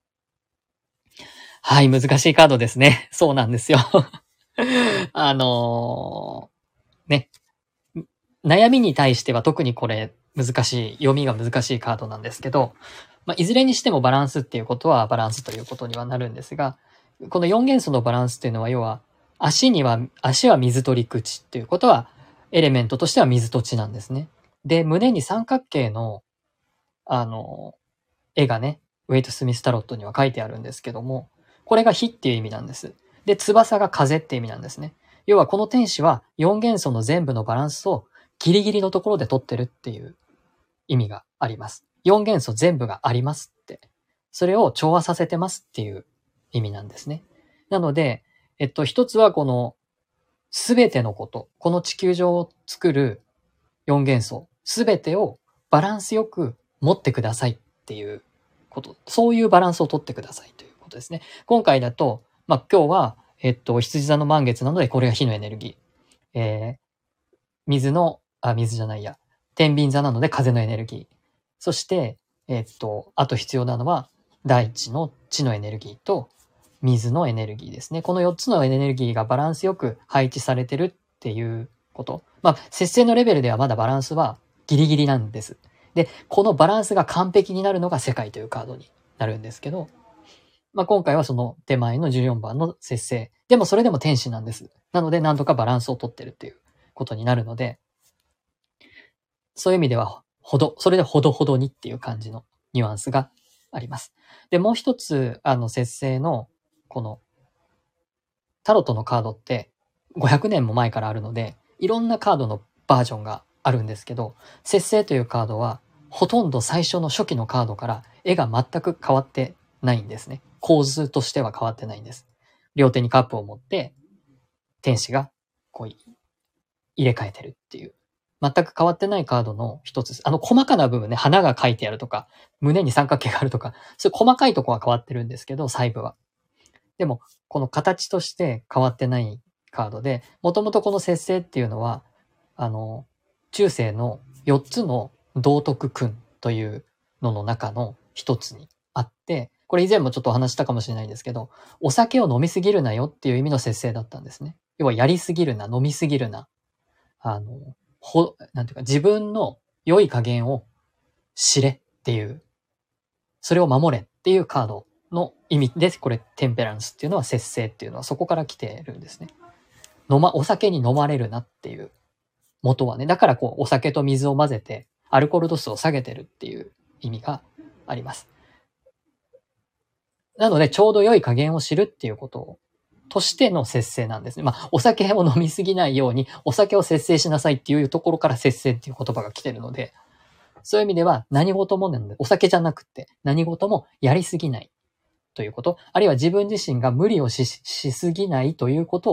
[SPEAKER 1] はい、難しいカードですね。そうなんですよ。あのーね、悩みに対しては特にこれ難しい、読みが難しいカードなんですけど、まあ、いずれにしてもバランスっていうことはバランスということにはなるんですが、このよん元素のバランスっていうのは要は、足には、足は水と陸地っていうことは、エレメントとしては水と地なんですね。で、胸に三角形の、あの、絵がね、ウェイト・スミス・タロットには書いてあるんですけども、これが火っていう意味なんです。で、翼が風って意味なんですね。要はこの天使はよん元素の全部のバランスをギリギリのところで取ってるっていう意味があります。よん元素全部がありますって。それを調和させてますっていう意味なんですね。なので、えっと、一つはこのすべてのこと、この地球上を作るよん元素、すべてをバランスよく持ってくださいっていうこと。そういうバランスを取ってくださいということですね。今回だと、まあ、今日は、えっと、羊座の満月なので、これが火のエネルギー。えー、水の、あ、水じゃないや。天秤座なので風のエネルギー。そして、えっと、あと必要なのは、大地の地のエネルギーと、水のエネルギーですね。このよっつのエネルギーがバランスよく配置されてるっていうこと。まあ、節制のレベルではまだバランスはギリギリなんです。で、このバランスが完璧になるのが世界というカードになるんですけど、まあ、今回はその手前のじゅうよんばんの節制。でもそれでも天使なんです。なので、なんとかバランスをとってるっていうことになるので、そういう意味では、ほど、それでほどほどにっていう感じのニュアンスがあります。で、もう一つ、あの、節制の、この、タロットのカードってごひゃくねんも前からあるので、いろんなカードのバージョンがあるんですけど、節制というカードは、ほとんど最初の初期のカードから絵が全く変わってないんですね。構図としては変わってないんです。両手にカップを持って、天使がこう入れ替えてるっていう。全く変わってないカードの一つです。あの細かな部分ね、花が書いてあるとか、胸に三角形があるとか、そういう細かいとこは変わってるんですけど、細部は。でも、この形として変わってないカードで、もともとこの節制っていうのは、あの、中世のよっつの道徳訓というのの中の一つにあって、これ以前もちょっとお話したかもしれないんですけど、お酒を飲みすぎるなよっていう意味の節制だったんですね。要はやりすぎるな、飲みすぎるな。あの、ほ、なんていうか自分の良い加減を知れっていう、それを守れっていうカードの意味で、これテンペランスっていうのは節制っていうのはそこから来てるんですね。飲ま、お酒に飲まれるなっていう元はね。だからこう、お酒と水を混ぜて、アルコール度数を下げてるっていう意味があります。なので、ちょうど良い加減を知るっていうことを、としての節制なんですね。まあ、お酒を飲みすぎないように、お酒を節制しなさいっていうところから節制っていう言葉が来てるので、そういう意味では何事もね、お酒じゃなくて何事もやりすぎないということ、あるいは自分自身が無理をししすぎないということを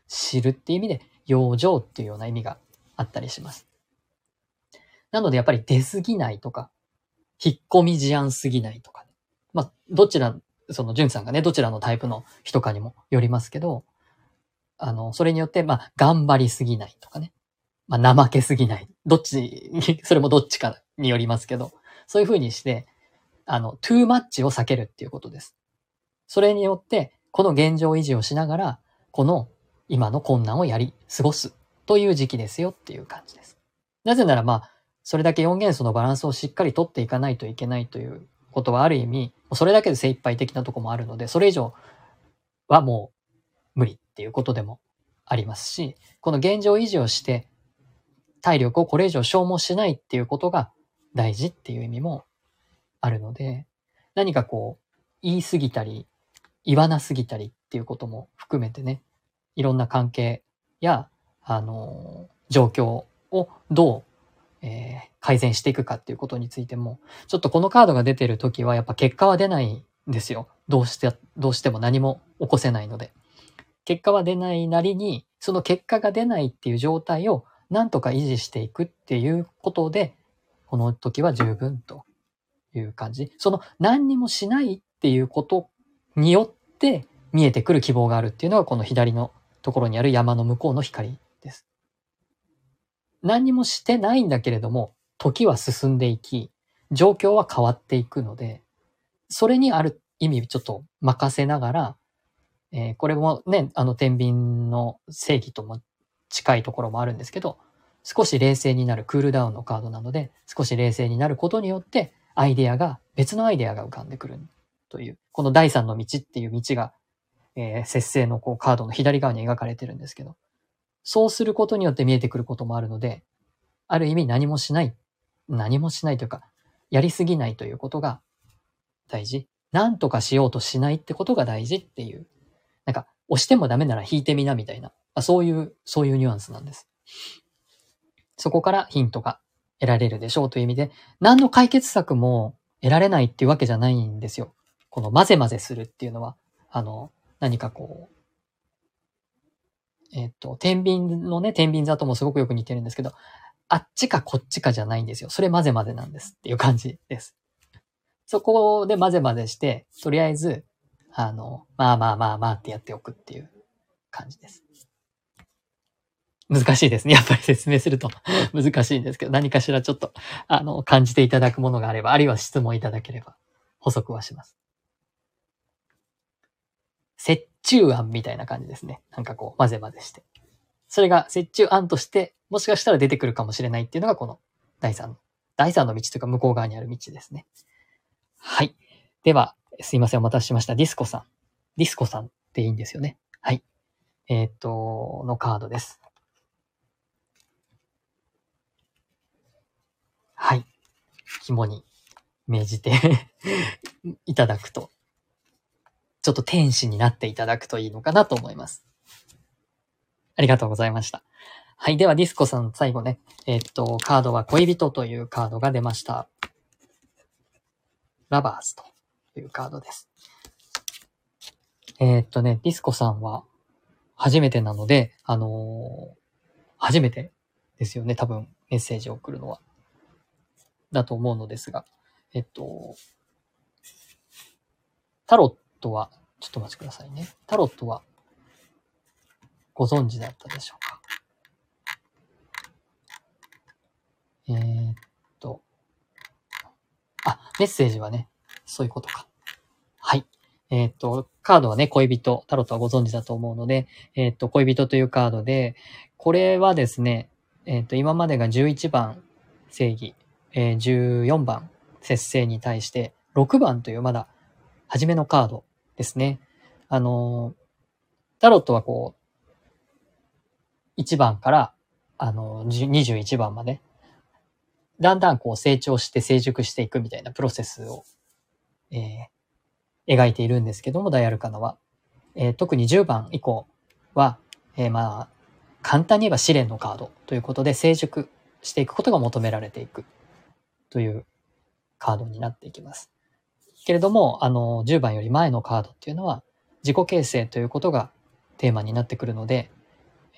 [SPEAKER 1] 知るっていう意味で、養生っていうような意味があったりします。なのでやっぱり出過ぎないとか、引っ込み思案すぎないとか、ね、まあ、どちら、その、淳さんがね、どちらのタイプの人かにもよりますけど、あの、それによって、まあ、頑張りすぎないとかね。まあ、怠けすぎない。どっち、それもどっちかによりますけど、そういう風にして、あの、トゥーマッチを避けるっていうことです。それによって、この現状維持をしながら、この今の困難をやり過ごすという時期ですよっていう感じです。なぜならまあ、それだけよん元素のバランスをしっかりとっていかないといけないということはある意味、それだけで精一杯的なところもあるので、それ以上はもう無理っていうことでもありますし、この現状維持をして体力をこれ以上消耗しないっていうことが大事っていう意味もあるので、何かこう、言い過ぎたり、言わなすぎたりっていうことも含めてね、いろんな関係や、あの、状況をどう、えー改善していくかっていうことについても、ちょっとこのカードが出てるときはやっぱ結果は出ないんですよ。どうして、どうしても何も起こせないので。結果は出ないなりに、その結果が出ないっていう状態をなんとか維持していくっていうことで、この時は十分という感じ。その何にもしないっていうことによって見えてくる希望があるっていうのがこの左のところにある山の向こうの光です。何にもしてないんだけれども、時は進んでいき、状況は変わっていくので、それにある意味ちょっと任せながら、えー、これもね、あの天秤の正義とも近いところもあるんですけど、少し冷静になるクールダウンのカードなので、少し冷静になることによって、アイデアが、別のアイデアが浮かんでくるという、この第三の道っていう道が、えー、節制のこうカードの左側に描かれてるんですけど、そうすることによって見えてくることもあるので、ある意味何もしない、何もしないというか、やりすぎないということが大事。なんとかしようとしないってことが大事っていう。なんか、押してもダメなら引いてみなみたいな。そういう、そういうニュアンスなんです。そこからヒントが得られるでしょうという意味で、何の解決策も得られないっていうわけじゃないんですよ。この混ぜ混ぜするっていうのは、あの、何かこう、えっと、天秤のね、天秤座ともすごくよく似てるんですけど、あっちかこっちかじゃないんですよ。それ混ぜ混ぜなんですっていう感じです。そこで混ぜ混ぜして、とりあえず、あの、まあまあまあまあってやっておくっていう感じです。難しいですね。やっぱり説明すると難しいんですけど、何かしらちょっと、あの、感じていただくものがあれば、あるいは質問いただければ、補足はします。折衷案みたいな感じですね。なんかこう、混ぜ混ぜして。それが折衷案として、もしかしたら出てくるかもしれないっていうのが、この第三の、第三の道というか向こう側にある道ですね。はい。では、すいません、お待たせしました。ディスコさん。ディスコさんっていいんですよね。はい。えー、っと、のカードです。はい。肝に銘じていただくと、ちょっと天使になっていただくといいのかなと思います。ありがとうございました。はい。では、ディスコさん、最後ね。えー、っと、カードは恋人というカードが出ました。ラバーズというカードです。えー、っとね、ディスコさんは初めてなので、あのー、初めてですよね。多分、メッセージを送るのは。だと思うのですが、えっと、タロットは、ちょっとお待ちくださいね。タロットはご存知だったでしょうか。えー、っと、あ、メッセージはね、そういうことか。はい。えー、っと、カードはね、恋人、タロットはご存知だと思うので、えー、っと、恋人というカードで、これはですね、えー、っと、今までがじゅういちばん正義、えー、じゅうよんばん節制に対して、ろくばんというまだ初めのカードですね。あの、タロットはこう、いちばんから、あの、にじゅういちばんまで、だんだんこう成長して成熟していくみたいなプロセスを、えー、描いているんですけども、ダイアルカナは。えー、特にじゅうばん以降は、えー、まあ、簡単に言えば試練のカードということで成熟していくことが求められていくというカードになっていきます。けれども、あの、じゅうばんより前のカードっていうのは、自己形成ということがテーマになってくるので、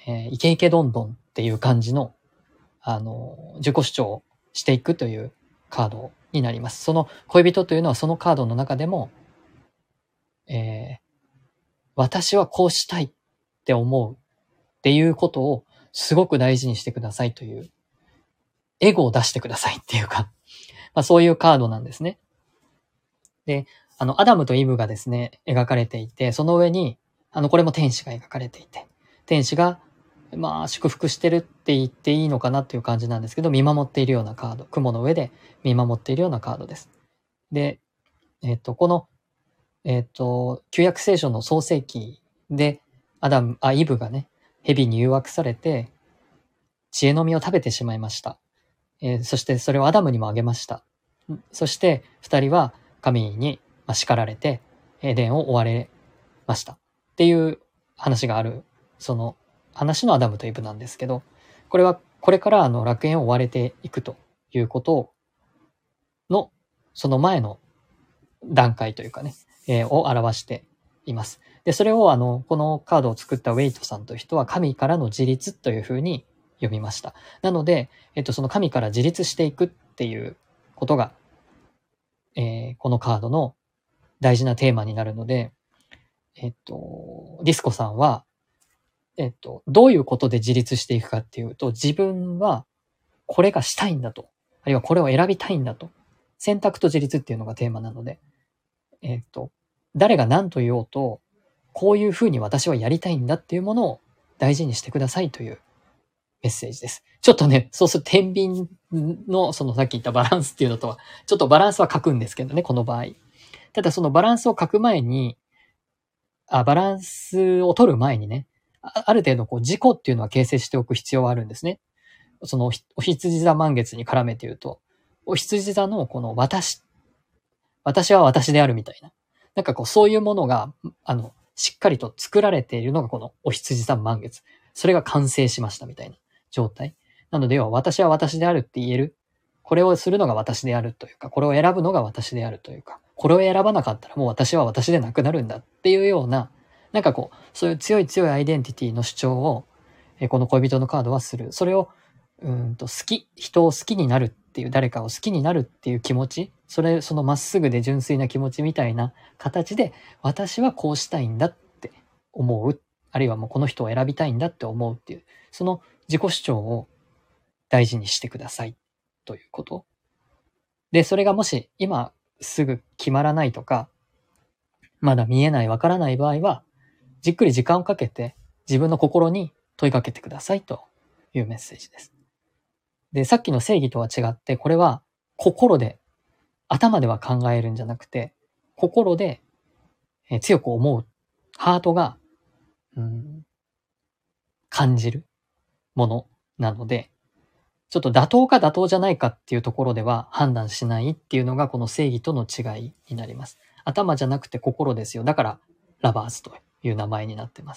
[SPEAKER 1] えー、イケイケどんどんっていう感じの、あの、自己主張をしていくというカードになります。その恋人というのはそのカードの中でも、えー、私はこうしたいって思うっていうことをすごく大事にしてくださいという、エゴを出してくださいっていうか、まあそういうカードなんですね。で、あの、アダムとイブがですね、描かれていて、その上に、あの、これも天使が描かれていて、天使が、まあ、祝福してるって言っていいのかなっていう感じなんですけど、見守っているようなカード、雲の上で見守っているようなカードです。で、えっと、この、えっと、旧約聖書の創世記で、アダム、あ、イブがね、蛇に誘惑されて、知恵の実を食べてしまいました。えーそしてそれをアダムにもあげました。そして二人は神に叱られてエデンを追われました。っていう話がある、その話のアダムとイブなんですけど、これはこれからあの楽園を追われていくということの、その前の段階というかね、えーを表しています。で、それをあの、このカードを作ったウェイトさんという人は神からの自立というふうに読みました。なので、えっと、その神から自立していくっていうことが、えーこのカードの大事なテーマになるので、えっと、ディスコさんは、えっと、どういうことで自立していくかっていうと、自分はこれがしたいんだと、あるいはこれを選びたいんだと、選択と自立っていうのがテーマなので、えっと、誰が何と言おうと、こういうふうに私はやりたいんだっていうものを大事にしてくださいというメッセージです。ちょっとね、そうすると天秤のそのさっき言ったバランスっていうのとは、ちょっとバランスは書くんですけどね、この場合。ただそのバランスを書く前に、あ、バランスを取る前にね、あある程度こう自己っていうのは形成しておく必要はあるんですね。そのお羊座満月に絡めて言うと、お羊座のこの私、私は私であるみたいな。なんかこうそういうものが、あの、しっかりと作られているのがこのお羊座満月。それが完成しましたみたいな状態。なので要は私は私であるって言える。これをするのが私であるというか、これを選ぶのが私であるというか、これを選ばなかったらもう私は私でなくなるんだっていうような、なんかこう、そういう強い強いアイデンティティの主張を、えこの恋人のカードはする。それを、うんと好き、人を好きになるっていう、誰かを好きになるっていう気持ち、それ、そのまっすぐで純粋な気持ちみたいな形で、私はこうしたいんだって思う。あるいはもうこの人を選びたいんだって思うっていう、その自己主張を大事にしてくださいということ。で、それがもし今すぐ決まらないとか、まだ見えない、わからない場合は、じっくり時間をかけて自分の心に問いかけてくださいというメッセージです。で、さっきの正義とは違って、これは心で、頭では考えるんじゃなくて、心でえー強く思う、ハートが、うん、感じるものなので、ちょっと妥当か妥当じゃないかっていうところでは判断しないっていうのがこの正義との違いになります。頭じゃなくて心ですよ。だから、ラバーズという名前になってます。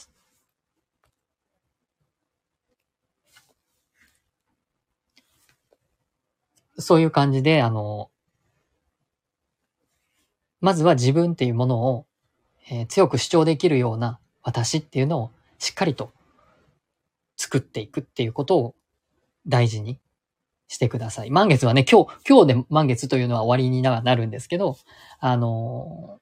[SPEAKER 1] そういう感じで、あの、まずは自分っていうものを、えー強く主張できるような私っていうのをしっかりと作っていくっていうことを大事にしてください。満月はね、今日、今日で満月というのは終わりになるんですけど、あの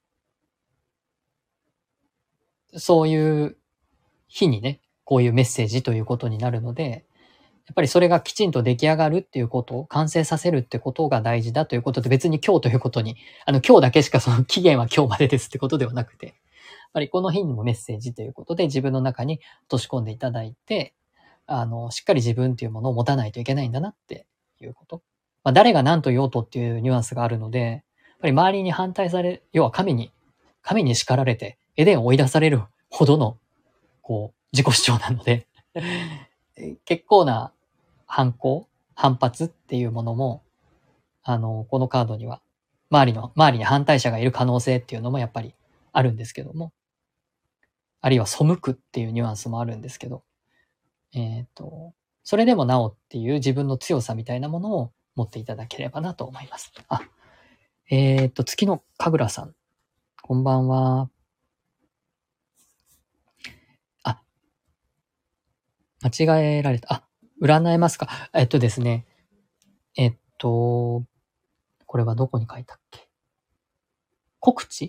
[SPEAKER 1] ーそういう日にね、こういうメッセージということになるので、やっぱりそれがきちんと出来上がるっていうことを、完成させるってことが大事だということで、別に今日ということに、あの、今日だけしかその期限は今日までですってことではなくて、やっぱりこの日にもメッセージということで自分の中に落とし込んでいただいて、あの、しっかり自分っていうものを持たないといけないんだなっていうこと。まあ、誰が何と言おうとっていうニュアンスがあるので、やっぱり周りに反対され、要は神に、神に叱られて、エデンを追い出されるほどの、こう、自己主張なので結構な反抗、反発っていうものも、あの、このカードには、周りの、周りに反対者がいる可能性っていうのもやっぱりあるんですけども、あるいは背くっていうニュアンスもあるんですけど、えっと、それでもなおっていう自分の強さみたいなものを持っていただければなと思います。あ、えっと、月の神楽さん、こんばんは。あ、 間違えられた。あ、占えますか。えっとですね。えっと、これはどこに書いたっけ？告知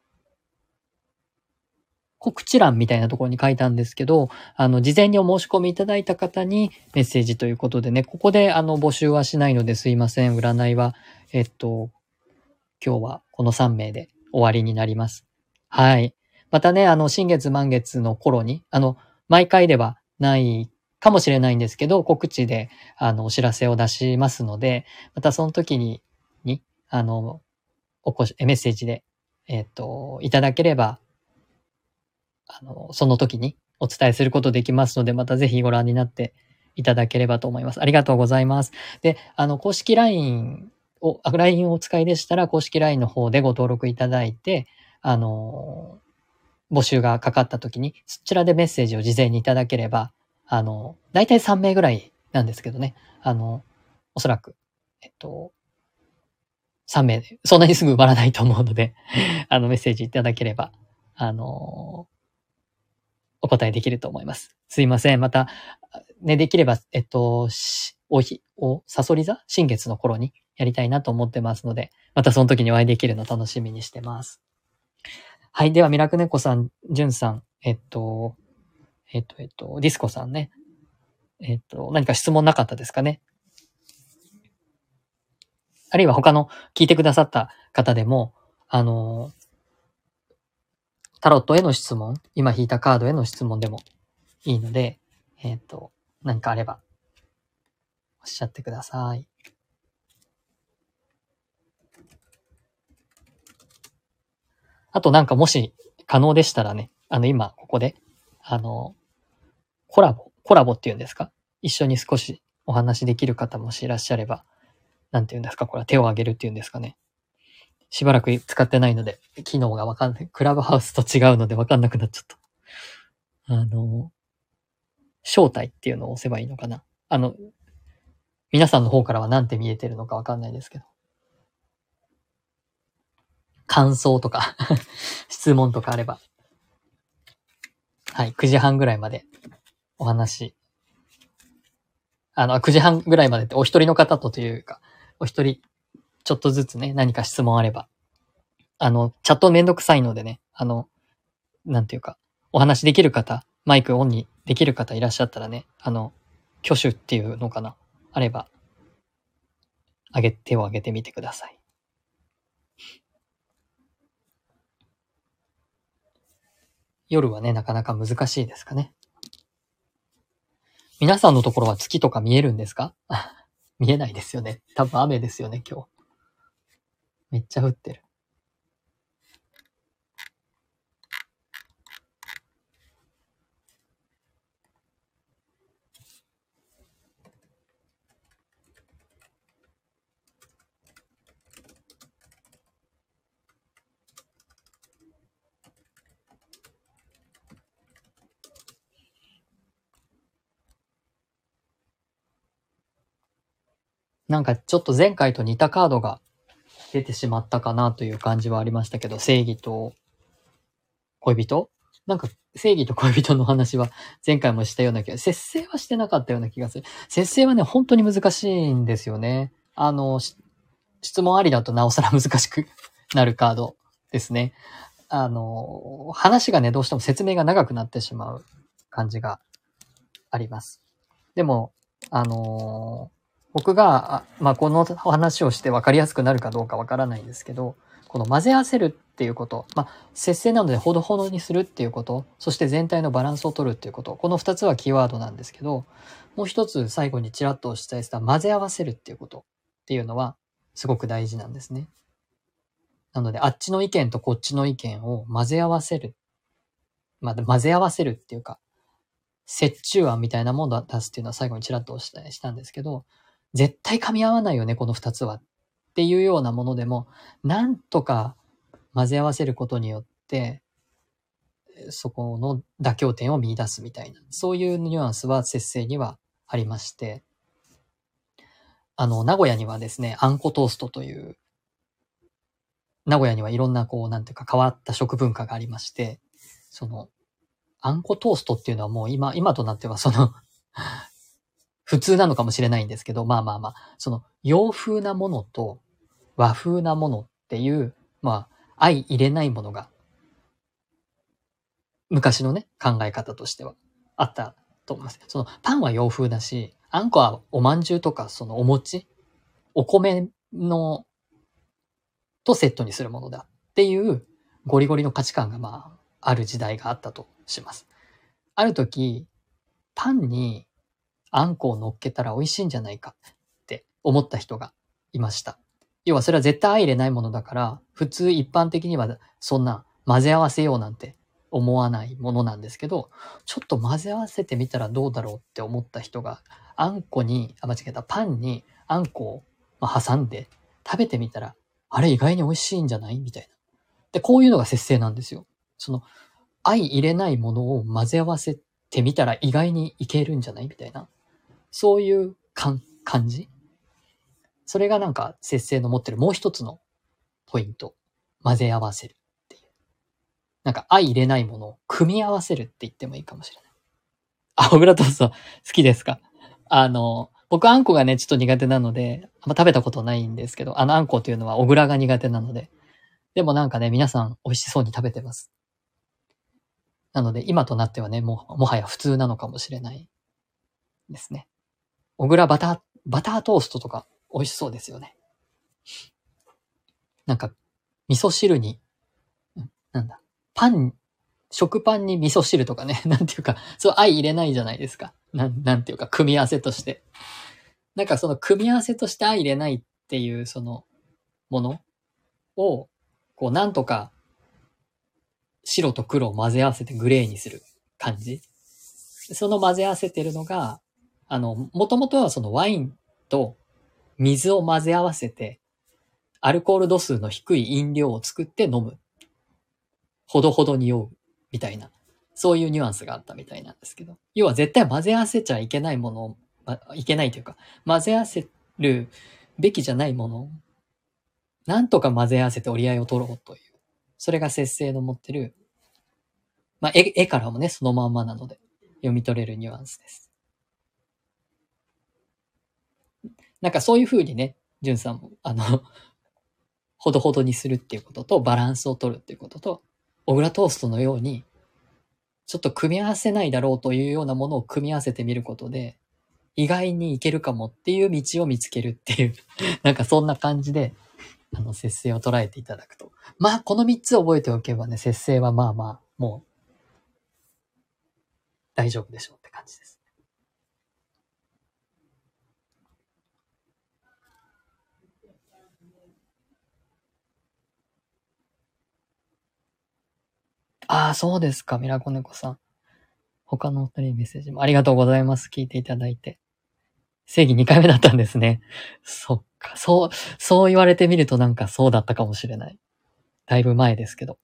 [SPEAKER 1] 告知欄みたいなところに書いたんですけど、あの、事前にお申し込みいただいた方にメッセージということでね、ここであの、募集はしないのですいません。占いは、えっと、今日はこのさん名で終わりになります。はい。またね、あの、新月満月の頃に、あの、毎回ではないかもしれないんですけど、告知で、あの、お知らせを出しますので、またその時に、に、あの、おこし、メッセージで、えっと、いただければ、あの、その時にお伝えすることできますので、またぜひご覧になっていただければと思います。ありがとうございます。で、あの、公式 ライン を、あ ライン をお使いでしたら、公式 ライン の方でご登録いただいて、あの、募集がかかった時に、そちらでメッセージを事前にいただければ、あの、だいたいさん名ぐらいなんですけどね、あの、おそらく、えっと、さん名で、そんなにすぐ埋まらないと思うので、あの、メッセージいただければ、あの、お答えできると思います。すいません。また、ね、できれば、えっと、おひ、お、サソリ座新月の頃にやりたいなと思ってますので、またその時にお会いできるの楽しみにしてます。はい。では、ミラクネコさん、ジュンさん、えっと、えっと、えっと、ディスコさんね。えっと、何か質問なかったですかね。あるいは他の聞いてくださった方でも、あの、タロットへの質問、今引いたカードへの質問でもいいので、えっと、何かあればおっしゃってください。あとなんかもし可能でしたらね、あの今ここで、あの、コラボ、コラボっていうんですか？一緒に少しお話できる方もしいらっしゃれば、なんていうんですか？これは手を挙げるっていうんですかね。しばらく使ってないので、機能がわかんない。クラブハウスと違うのでわかんなくなっちゃった。あの、招待っていうのを押せばいいのかな。あの、皆さんの方からはなんて見えてるのかわかんないですけど。感想とか質問とかあれば、はい、くじはんぐらいまでお話、あの、くじはんぐらいまでってお一人の方とというか、お一人ちょっとずつね、何か質問あれば、あの、チャットめんどくさいのでね、あの、なんていうか、お話できる方、マイクオンにできる方いらっしゃったらね、あの、挙手っていうのかな、あれば、あげ、手を挙げてみてください。夜はね、なかなか難しいですかね。皆さんのところは月とか見えるんですか？見えないですよね。多分雨ですよね、今日。めっちゃ降ってる。なんかちょっと前回と似たカードが出てしまったかなという感じはありましたけど、正義と恋人なんか正義と恋人の話は前回もしたような気が、節制はしてなかったような気がする。節制はね、本当に難しいんですよね。あの、質問ありだとなおさら難しくなるカードですね。あの、話がね、どうしても説明が長くなってしまう感じがあります。でも、あの僕が、まあ、この話をして分かりやすくなるかどうか分からないんですけど、この混ぜ合わせるっていうこと、まあ、節制なのでほどほどにするっていうこと、そして全体のバランスを取るっていうこと、この二つはキーワードなんですけど、もう一つ最後にちらっとお伝えした混ぜ合わせるっていうことっていうのはすごく大事なんですね。なので、あっちの意見とこっちの意見を混ぜ合わせる。まあ、混ぜ合わせるっていうか、折衷案みたいなものを出すっていうのは最後にちらっとお伝えしたんですけど、絶対噛み合わないよね、この二つは。っていうようなものでも、なんとか混ぜ合わせることによって、そこの妥協点を見出すみたいな、そういうニュアンスは節制にはありまして、あの、名古屋にはですね、あんこトーストという、名古屋にはいろんなこう、なんていうか変わった食文化がありまして、その、あんこトーストっていうのはもう今、今となってはその普通なのかもしれないんですけど、まあまあまあ、その洋風なものと和風なものっていう、まあ、相入れないものが、昔のね、考え方としてはあったと思います。そのパンは洋風だし、あんこはお饅頭とかそのお餅、お米のとセットにするものだっていうゴリゴリの価値観がまあ、ある時代があったとします。ある時、パンにあんこを乗っけたら美味しいんじゃないかって思った人がいました。要はそれは絶対相入れないものだから、普通一般的にはそんな混ぜ合わせようなんて思わないものなんですけど、ちょっと混ぜ合わせてみたらどうだろうって思った人が、あんこに、あ、間違えた、パンにあんこをまあ挟んで食べてみたら、あれ意外に美味しいんじゃないみたいな。で、こういうのが節制なんですよ。その、相入れないものを混ぜ合わせてみたら意外にいけるんじゃないみたいな。そういう感感じ。それがなんか節制の持ってるもう一つのポイント。混ぜ合わせるっていう。なんか相入れないものを組み合わせるって言ってもいいかもしれない。あ、小倉トースト好きですか？あの、僕あんこがね、ちょっと苦手なので、あんま食べたことないんですけど、あのあんこというのは小倉が苦手なので。でもなんかね、皆さん美味しそうに食べてます。なので今となってはね、もう、もはや普通なのかもしれないですね。小倉バター、バタートーストとか美味しそうですよね。なんか、味噌汁に、なんだ、パン、食パンに味噌汁とかね、なんていうか、そう相入れないじゃないですか。なん、なんていうか、組み合わせとして。なんかその組み合わせとして相入れないっていうそのものを、こうなんとか白と黒を混ぜ合わせてグレーにする感じ。その混ぜ合わせてるのが、あの、もともとはそのワインと水を混ぜ合わせて、アルコール度数の低い飲料を作って飲む。ほどほどに酔う。みたいな。そういうニュアンスがあったみたいなんですけど。要は絶対混ぜ合わせちゃいけないものを、ま、いけないというか、混ぜ合わせるべきじゃないものを、なんとか混ぜ合わせて折り合いを取ろうという。それが節制の持ってる、まあ、絵、絵からもね、そのまんまなので、読み取れるニュアンスです。なんかそういう風にね、じゅんさんも、あの、ほどほどにするっていうことと、バランスを取るっていうことと、小倉トーストのように、ちょっと組み合わせないだろうというようなものを組み合わせてみることで、意外にいけるかもっていう道を見つけるっていう、なんかそんな感じで、あの、節制を捉えていただくと。まあ、このみっつ覚えておけばね、節制はまあまあ、もう、大丈夫でしょうって感じです。ああ、そうですか、ミラコネコさん。他のお二人にメッセージもありがとうございます。聞いていただいて。正義にかいめだったんですね。そっか、そう、そう言われてみるとなんかそうだったかもしれない。だいぶ前ですけど。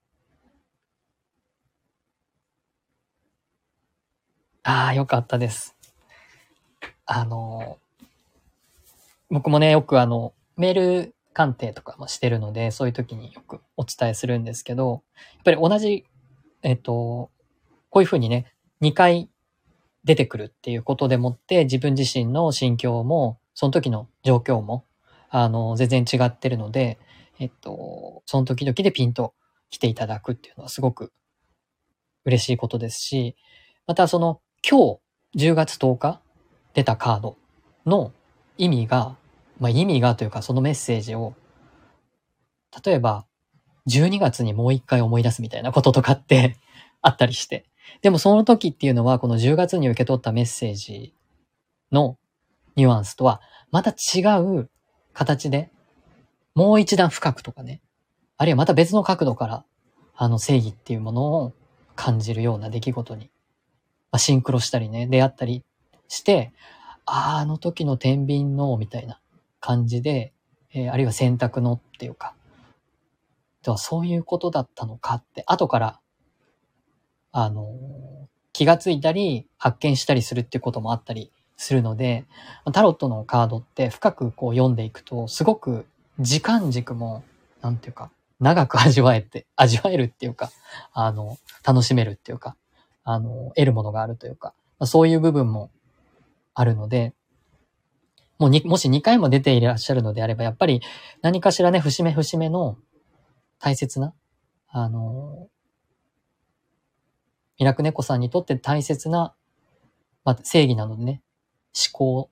[SPEAKER 1] ああ、よかったです。あの、僕もね、よくあの、メール鑑定とかもしてるので、そういう時によくお伝えするんですけど、やっぱり同じ、えっと、こういうふうにね、にかい出てくるっていうことでもって、自分自身の心境も、その時の状況も、あの、全然違ってるので、えっと、その時々でピンと来ていただくっていうのはすごく嬉しいことですし、またその今日じゅうがつとおか出たカードの意味が、まあ意味がというかそのメッセージを、例えばじゅうにがつにもう一回思い出すみたいなこととかってあったりして。でもその時っていうのはこのじゅうがつに受け取ったメッセージのニュアンスとはまた違う形でもう一段深くとかね、あるいはまた別の角度からあの正義っていうものを感じるような出来事に、まあ、シンクロしたりね、出会ったりして、ああ、あの時の天秤の、みたいな感じで、えー、あるいは選択のっていうか、ではそういうことだったのかって、後から、あのー気がついたり、発見したりするっていうこともあったりするので、タロットのカードって深くこう読んでいくと、すごく時間軸も、なんていうか、長く味わえて、味わえるっていうか、あの、楽しめるっていうか、あの、得るものがあるというか、そういう部分もあるので、もうに、もしにかいも出ていらっしゃるのであれば、やっぱり何かしらね、節目節目の大切な、あの、ミラク猫さんにとって大切な、まあ、正義なのでね、思考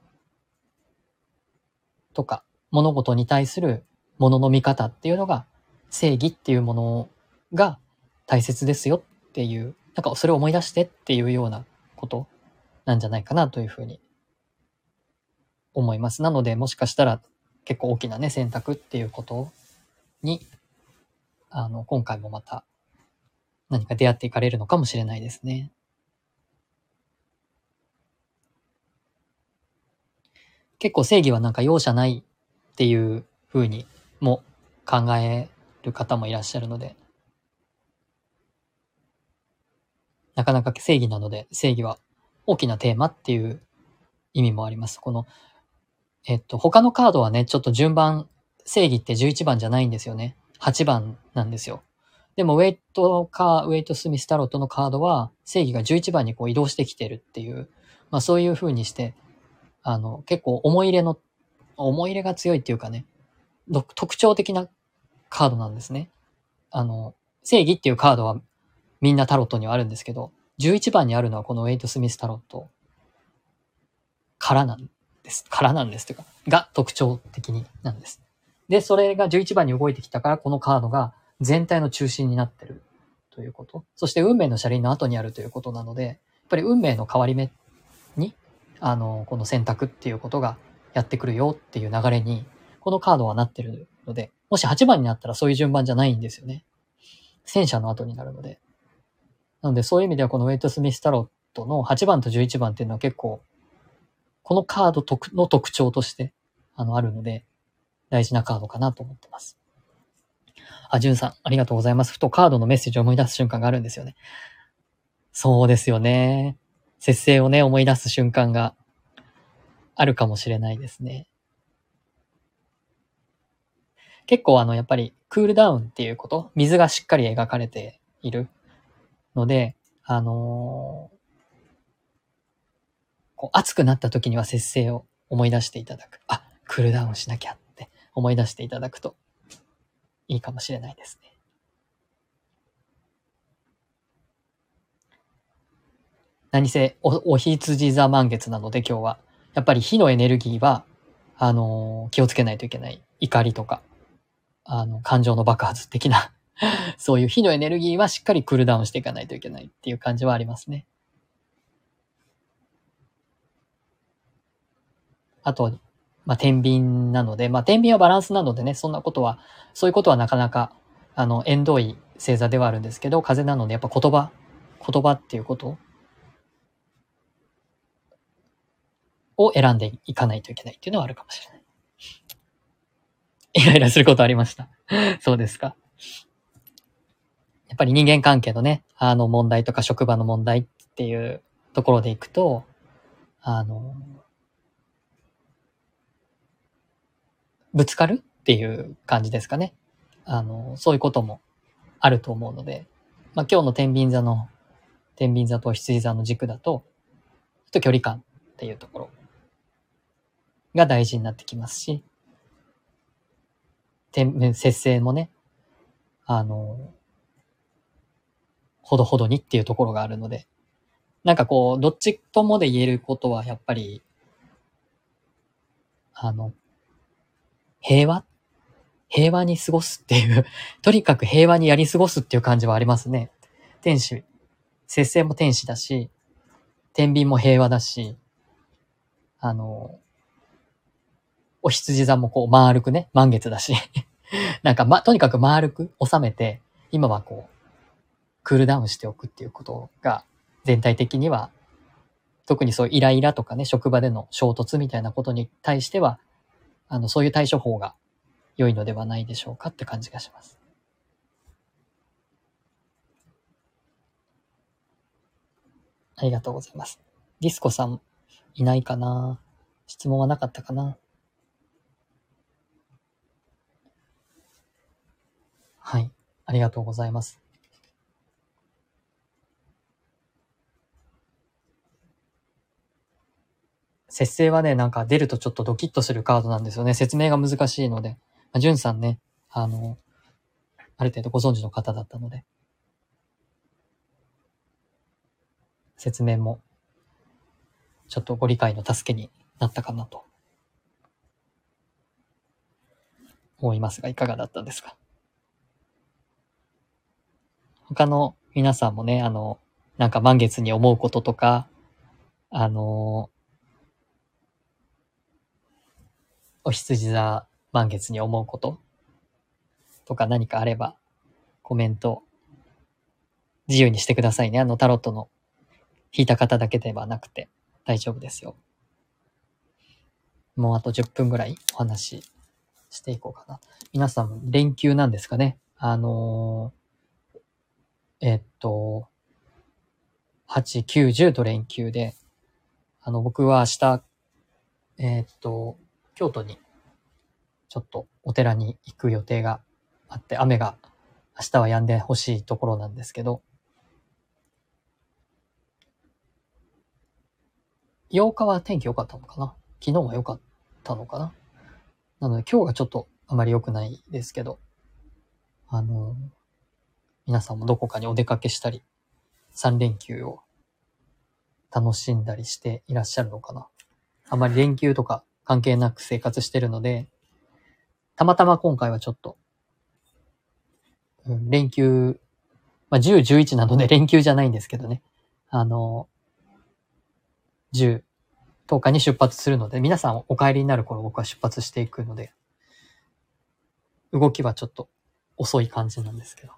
[SPEAKER 1] とか、物事に対するものの見方っていうのが、正義っていうものが大切ですよっていう、なんかそれを思い出してっていうようなことなんじゃないかなというふうに思います。なので、もしかしたら結構大きなね、選択っていうことに、あの、今回もまた何か出会っていかれるのかもしれないですね。結構正義はなんか容赦ないっていう風にも考える方もいらっしゃるので、なかなか正義なので、正義は大きなテーマっていう意味もあります。この、えっと、他のカードはね、ちょっと順番、正義ってじゅういちばんじゃないんですよね。はちばんなんですよ。でも、ウェイトか、ウェイト・スミス・タロットのカードは、正義がじゅういちばんにこう移動してきてるっていう、まあそういう風にして、あの、結構思い入れの、思い入れが強いっていうかね、特徴的なカードなんですね。あの、正義っていうカードはみんなタロットにはあるんですけど、じゅういちばんにあるのはこのウェイト・スミス・タロットからなんです。からなんですというか、が特徴的になんです。で、それがじゅういちばんに動いてきたから、このカードが全体の中心になってるということ。そして運命の車輪の後にあるということなので、やっぱり運命の変わり目に、あの、この選択っていうことがやってくるよっていう流れに、このカードはなってるので、もしはちばんになったらそういう順番じゃないんですよね。戦車の後になるので。なのでそういう意味ではこのウェイト・スミス・タロットのはちばんとじゅういちばんっていうのは結構、このカードの特徴として、あの、あるので、大事なカードかなと思ってます。あ、ジュンさん、ありがとうございます。ふとカードのメッセージを思い出す瞬間があるんですよね。そうですよね。節制をね、思い出す瞬間があるかもしれないですね。結構あの、やっぱりクールダウンっていうこと、水がしっかり描かれているので、あのーこう熱くなった時には節制を思い出していただく。あ、クールダウンしなきゃって思い出していただくといいかもしれないですね。何せお、お羊座満月なので今日は、やっぱり火のエネルギーは、あのー気をつけないといけない。怒りとか、あの、感情の爆発的なそういう火のエネルギーはしっかりクールダウンしていかないといけないっていう感じはありますね。あと、まあ、天秤なので、まあ、天秤はバランスなのでね、そんなことは、そういうことはなかなか、あの、縁遠い星座ではあるんですけど、風なのでやっぱ言葉、言葉っていうことを選んでいかないといけないっていうのはあるかもしれない。イライラすることありました。そうですか。やっぱり人間関係のね、あの問題とか職場の問題っていうところでいくと、あの、ぶつかるっていう感じですかね。あの、そういうこともあると思うので、まあ今日の天秤座の、天秤座と羊座の軸だと、ちょっと距離感っていうところが大事になってきますし、天、節制もね、あの、ほどほどにっていうところがあるので、なんかこう、どっちともで言えることはやっぱり、あの、平和平和に過ごすっていうとにかく平和にやり過ごすっていう感じはありますね。天使、節制も天使だし、天秤も平和だし、あの、お羊座もこう丸くね、満月だし、なんかま、とにかく丸く収めて、今はこう、クールダウンしておくっていうことが、全体的には、特にそういうイライラとかね、職場での衝突みたいなことに対しては、あの、そういう対処法が良いのではないでしょうかって感じがします。ありがとうございます。ディスコさんいないかな？質問はなかったかな？はい。ありがとうございます。 節制はね、なんか出るとちょっとドキッとするカードなんですよね。説明が難しいので。まあ、ジュンさんね、あの、ある程度ご存知の方だったので、説明もちょっとご理解の助けになったかなと思いますが、いかがだったですか？他の皆さんもね、あの、なんか満月に思うこととか、あの、お羊座満月に思うこととか何かあればコメント自由にしてくださいね。あのタロットの引いた方だけではなくて大丈夫ですよ。もうあとじゅっぷんぐらいお話ししていこうかな。皆さん連休なんですかね。あのー、えっと、はち、きゅう、じゅうと連休で、あの僕は明日、えっと、京都にちょっとお寺に行く予定があって、雨が明日は止んでほしいところなんですけど、ようかは天気良かったのかな？昨日は良かったのかな？なので今日がちょっとあまり良くないですけど、あの、皆さんもどこかにお出かけしたり、さん連休を楽しんだりしていらっしゃるのかな？あまり連休とか関係なく生活してるので、たまたま今回はちょっと、うん、連休、まあ、じゅう、じゅういちなので連休じゃないんですけどね。あの、じゅう、とおかに出発するので、皆さんお帰りになる頃僕は出発していくので、動きはちょっと遅い感じなんですけど。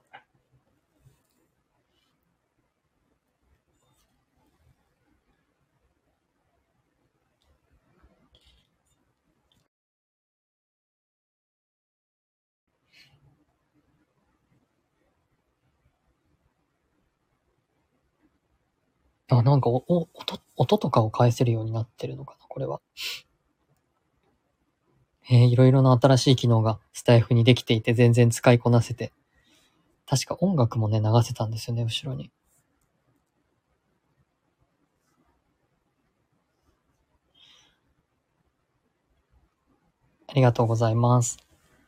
[SPEAKER 1] あ、なんかお、お、音、音とかを返せるようになってるのかな、これは。えー、いろいろな新しい機能がスタイフにできていて全然使いこなせて。確か音楽もね、流せたんですよね、後ろに。ありがとうございます。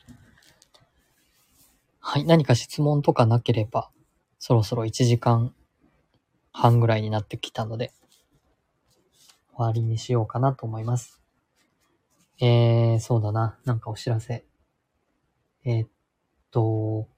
[SPEAKER 1] はい、何か質問とかなければ、そろそろいちじかんはんぐらいになってきたので、終わりにしようかなと思います。えー、そうだな。なんかお知らせ。えーっと、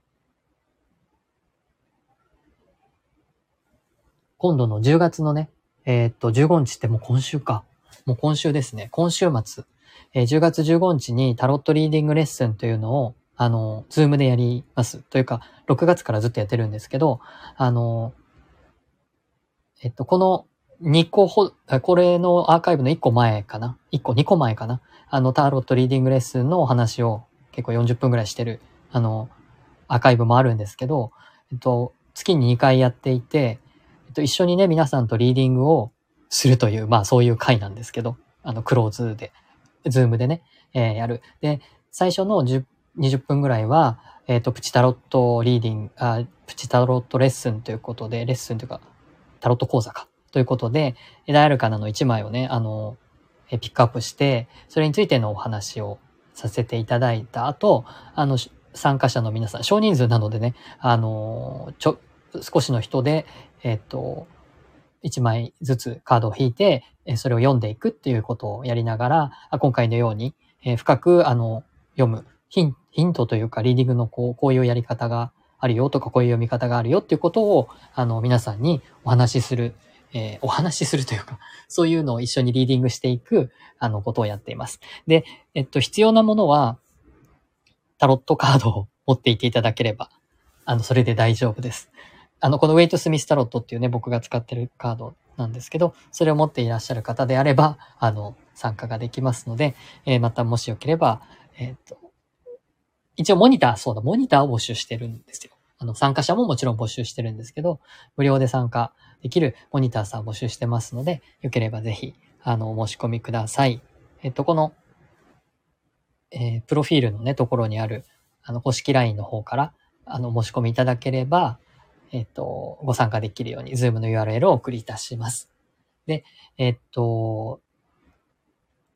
[SPEAKER 1] 今度のじゅうがつのね、えーっと、じゅうごにちってもう今週か。もう今週ですね。今週末。えー、じゅうがつじゅうごにちにタロットリーディングレッスンというのを、あの、ズームでやります。というか、ろくがつからずっとやってるんですけど、あの、えっと、このにこほ、これのアーカイブのいっこまえかな ?いっ 個、にこまえかなあの、タロットリーディングレッスンのお話を結構よんじゅっぷんぐらいしてる、あの、アーカイブもあるんですけど、えっと、月ににかいやっていて、えっと、一緒にね、皆さんとリーディングをするという、まあそういう回なんですけど、あの、クローズで、ズームでね、えーやる。で、最初のじゅう、にじゅっぷんぐらいは、えっと、プチタロットリーディング、あ、プチタロットレッスンということで、レッスンというか、タロット講座か。ということで、大アルカナのいちまいをね、あの、えピックアップして、それについてのお話をさせていただいた後、あの、参加者の皆さん、少人数なのでね、あの、ちょ、少しの人で、えっと、いちまいずつカードを引いて、それを読んでいくっていうことをやりながら、今回のように、え深く、あの、読むヒン、ヒントというか、リーディングのこう、こういうやり方があるよとか、こういう読み方があるよっていうことを、あの、皆さんにお話しする、えー、お話しするというか、そういうのを一緒にリーディングしていく、あの、ことをやっています。で、えっと、必要なものは、タロットカードを持っていていただければ、あの、それで大丈夫です。あの、このウェイトスミスタロットっていうね、僕が使ってるカードなんですけど、それを持っていらっしゃる方であれば、あの、参加ができますので、えー、またもしよければ、えっと、一応モニター、そうだ、モニターを募集してるんですよ。あの、参加者ももちろん募集してるんですけど、無料で参加できるモニターさんを募集してますので、よければぜひ、あの、お申し込みください。えっと、この、えー、プロフィールのね、ところにある、あの、公式 ライン の方から、あの、申し込みいただければ、えっと、ご参加できるように、ズーム の ユーアールエル をお送りいたします。で、えっと、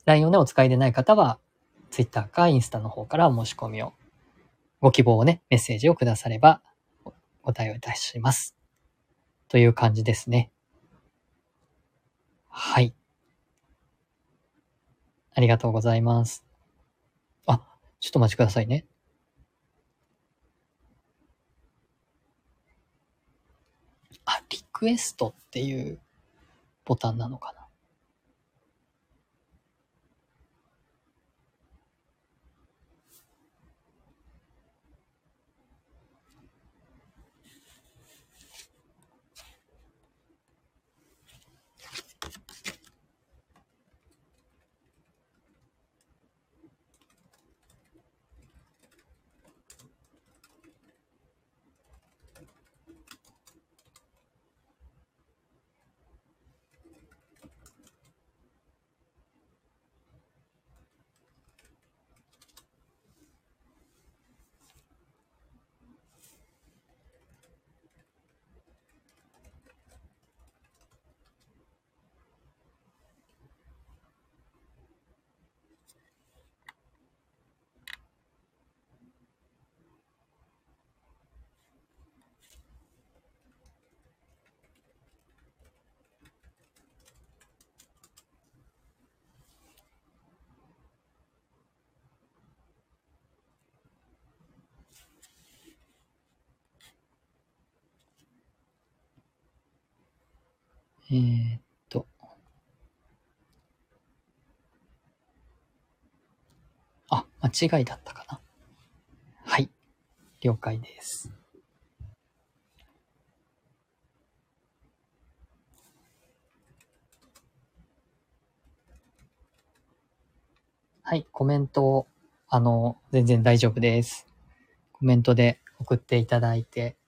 [SPEAKER 1] ライン をね、お使いでない方は、Twitter かインスタの方からお申し込みを、ご希望をね、メッセージをくだされば、お対応いたします。という感じですね。はい。ありがとうございます。あ、ちょっとお待ちくださいね。あ、リクエストっていうボタンなのかな。えーっと。あ、間違いだったかな。はい。了解です。はい。コメントを、あの、全然大丈夫です。コメントで送っていただいて。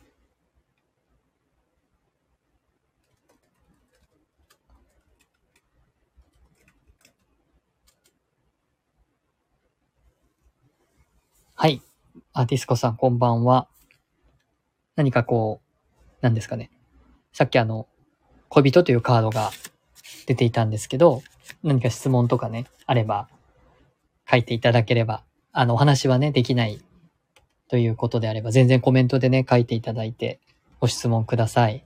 [SPEAKER 1] はい。アーティスコさん、こんばんは。何かこう、何ですかね。さっきあの、恋人というカードが出ていたんですけど、何か質問とかね、あれば書いていただければ、あの、お話はね、できないということであれば、全然コメントでね、書いていただいて、ご質問ください。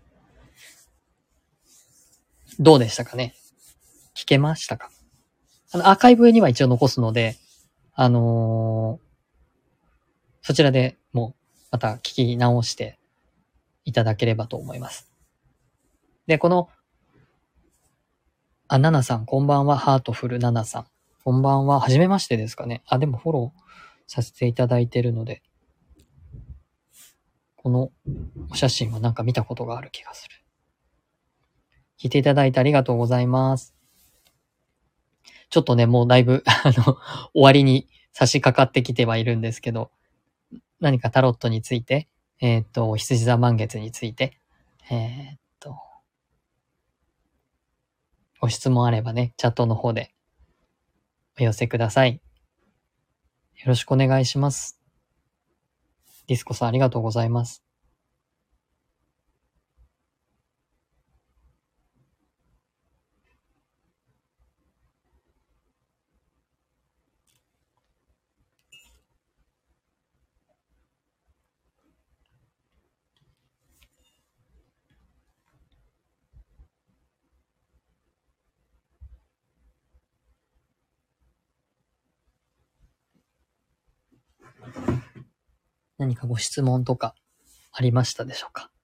[SPEAKER 1] どうでしたかね？聞けましたか？あの、アーカイブには一応残すので、あのーそちらでもう、また聞き直していただければと思います。で、この、あ、ナナさん、こんばんは、ハートフルナナさん。こんばんは、はじめましてですかね。あ、でもフォローさせていただいているので、このお写真はなんか見たことがある気がする。聞いていただいてありがとうございます。ちょっとね、もうだいぶ、あの、終わりに差し掛かってきてはいるんですけど、何かタロットについて、えっと、羊座満月について、えっと、ご質問あればね、チャットの方でお寄せください。よろしくお願いします。ディスコさんありがとうございます。何かご質問とかありましたでしょうか？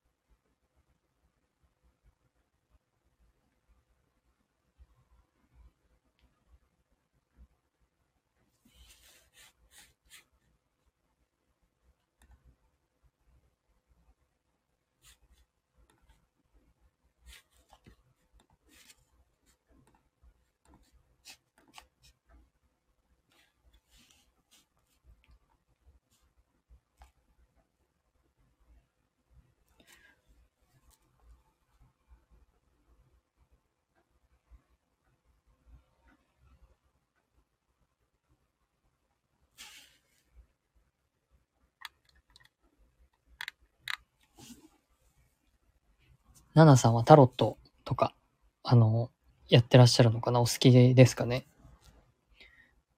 [SPEAKER 1] ナナさんはタロットとか、あの、やってらっしゃるのかな？お好きですかね？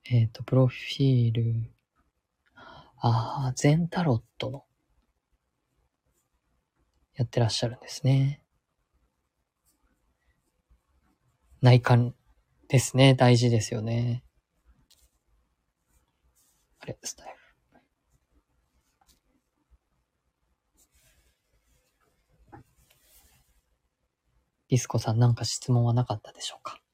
[SPEAKER 1] えっと、プロフィール、ああ、全タロットのやってらっしゃるんですね。内観ですね。大事ですよね。あれ、スタイフ。ディスコさん、なんか質問はなかったでしょうか？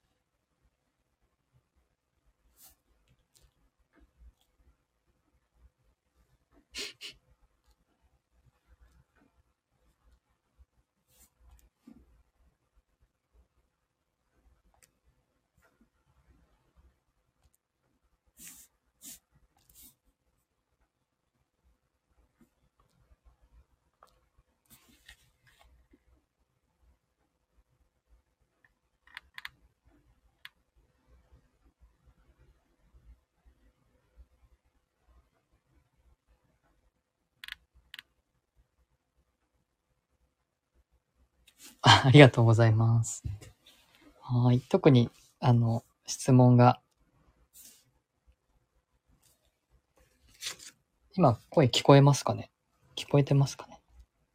[SPEAKER 1] あ、ありがとうございます。はい。特に、あの、質問が、今、声聞こえますかね？聞こえてますかね？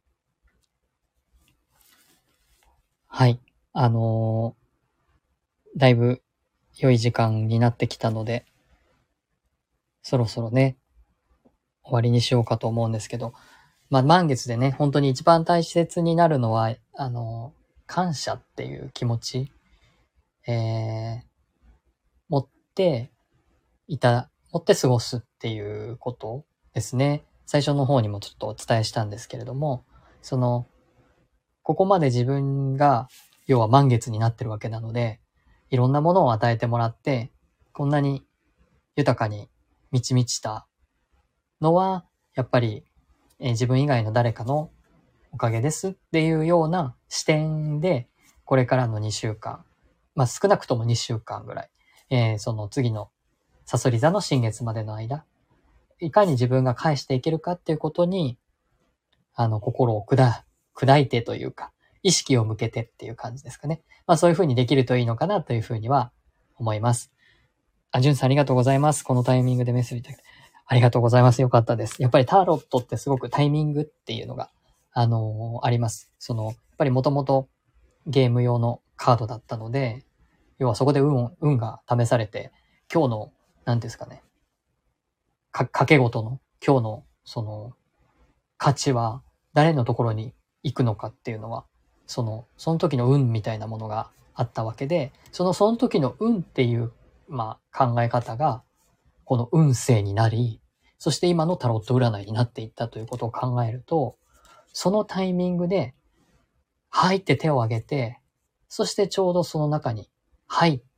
[SPEAKER 1] はい。あのーだいぶ良い時間になってきたので、そろそろね、終わりにしようかと思うんですけど、まあ、満月でね、本当に一番大切になるのは、あのー感謝っていう気持ち、えー、持っていた、持って過ごすっていうことですね。最初の方にもちょっとお伝えしたんですけれども、その、ここまで自分が、要は満月になってるわけなので、いろんなものを与えてもらって、こんなに豊かに満ち満ちたのは、やっぱり、えー自分以外の誰かのおかげですっていうような視点で、これからのにしゅうかん、まあ少なくともにしゅうかんぐらい、えーその次のサソリ座の新月までの間、いかに自分が返していけるかっていうことに、あの、心を砕、砕いてというか、意識を向けてっていう感じですかね。まあそういうふうにできるといいのかなというふうには思います。あ、じゅんさんありがとうございます。このタイミングでメッセージいただいて。ありがとうございます。よかったです。やっぱりタロットってすごくタイミングっていうのが、あのーあります。その、やっぱりもともとゲーム用のカードだったので、要はそこで運を、運が試されて、今日の、なんですかね、か、掛け事の、今日の、その、価値は誰のところに行くのかっていうのは、その、その時の運みたいなものがあったわけで、その、その時の運っていう、まあ、考え方が、この運勢になり、そして今のタロット占いになっていったということを考えると、そのタイミングで、はいって手を挙げて、そしてちょうどその中に入って、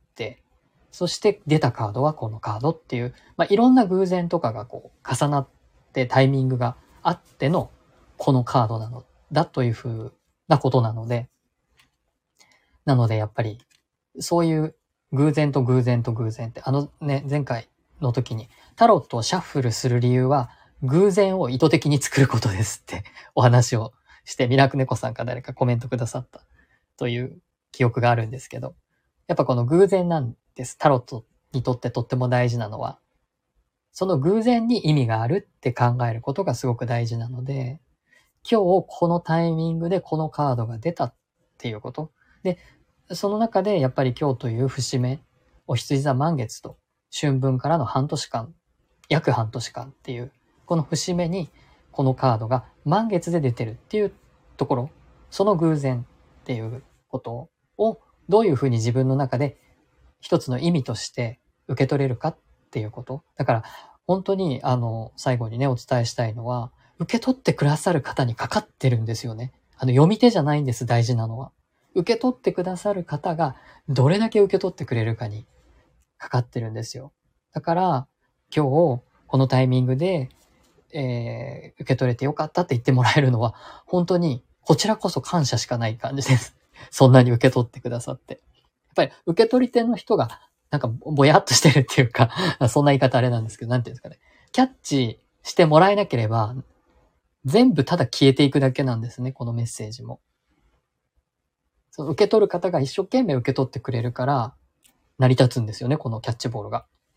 [SPEAKER 1] そして出たカードはこのカードっていう、まあ、いろんな偶然とかがこう重なってタイミングがあってのこのカードなのだというふうなことなので、なのでやっぱりそういう偶然と偶然と偶然って、あのね、前回の時にタロットをシャッフルする理由は偶然を意図的に作ることですってお話をして、ミラクネコさんか誰かコメントくださったという記憶があるんですけど、やっぱこの偶然なんです。タロットにとってとっても大事なのは、その偶然に意味があるって考えることがすごく大事なので、今日このタイミングでこのカードが出たっていうこと。で、その中でやっぱり今日という節目、お羊座満月と春分からの半年間、約半年間っていう、この節目にこのカードが満月で出てるっていうところ、その偶然っていうことをどういうふうに自分の中で一つの意味として受け取れるかっていうこと。だから本当にあの最後にねお伝えしたいのは、受け取ってくださる方にかかってるんですよね。あの読み手じゃないんです、大事なのは。受け取ってくださる方がどれだけ受け取ってくれるかにかかってるんですよ。だから今日このタイミングで、えー受け取れてよかったって言ってもらえるのは本当にこちらこそ感謝しかない感じです。そんなに受け取ってくださって。やっぱり受け取り手の人がなんかぼやっとしてるっていうか、そんな言い方あれなんですけど、なんていうんですかね。キャッチしてもらえなければ全部ただ消えていくだけなんですね、このメッセージも。その受け取る方が一生懸命受け取ってくれるから成り立つんですよね、このキャッチボールが。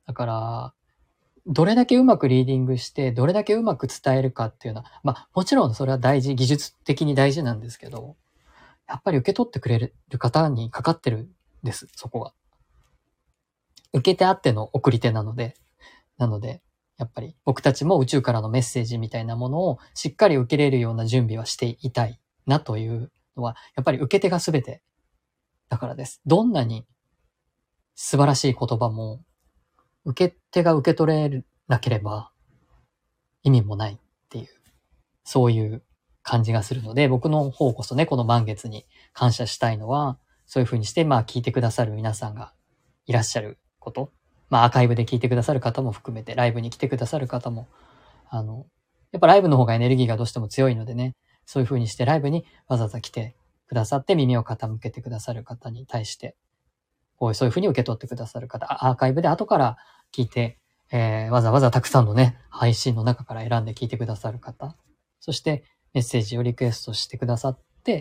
[SPEAKER 1] だから、どれだけうまくリーディングして、どれだけうまく伝えるかっていうのは、まあ、もちろんそれは大事、技術的に大事なんですけど、やっぱり受け取ってくれる方にかかってるんです、そこが。受け手あっての送り手なので、なので、やっぱり僕たちも宇宙からのメッセージみたいなものをしっかり受けれるような準備はしていたいなというのは、やっぱり受け手が全てだからです。どんなに素晴らしい言葉も、受け手が受け取れなければ意味もないっていう、そういう感じがするので、僕の方こそね、この満月に感謝したいのは、そういう風にして、まあ聞いてくださる皆さんがいらっしゃること、まあアーカイブで聞いてくださる方も含めて、ライブに来てくださる方も、あの、やっぱライブの方がエネルギーがどうしても強いのでね、そういう風にしてライブにわざわざ来てくださって耳を傾けてくださる方に対して、こうそういう風に受け取ってくださる方、アーカイブで後から聞いて、えー、わざわざたくさんのね、配信の中から選んで聞いてくださる方、そしてメッセージをリクエストしてくださって、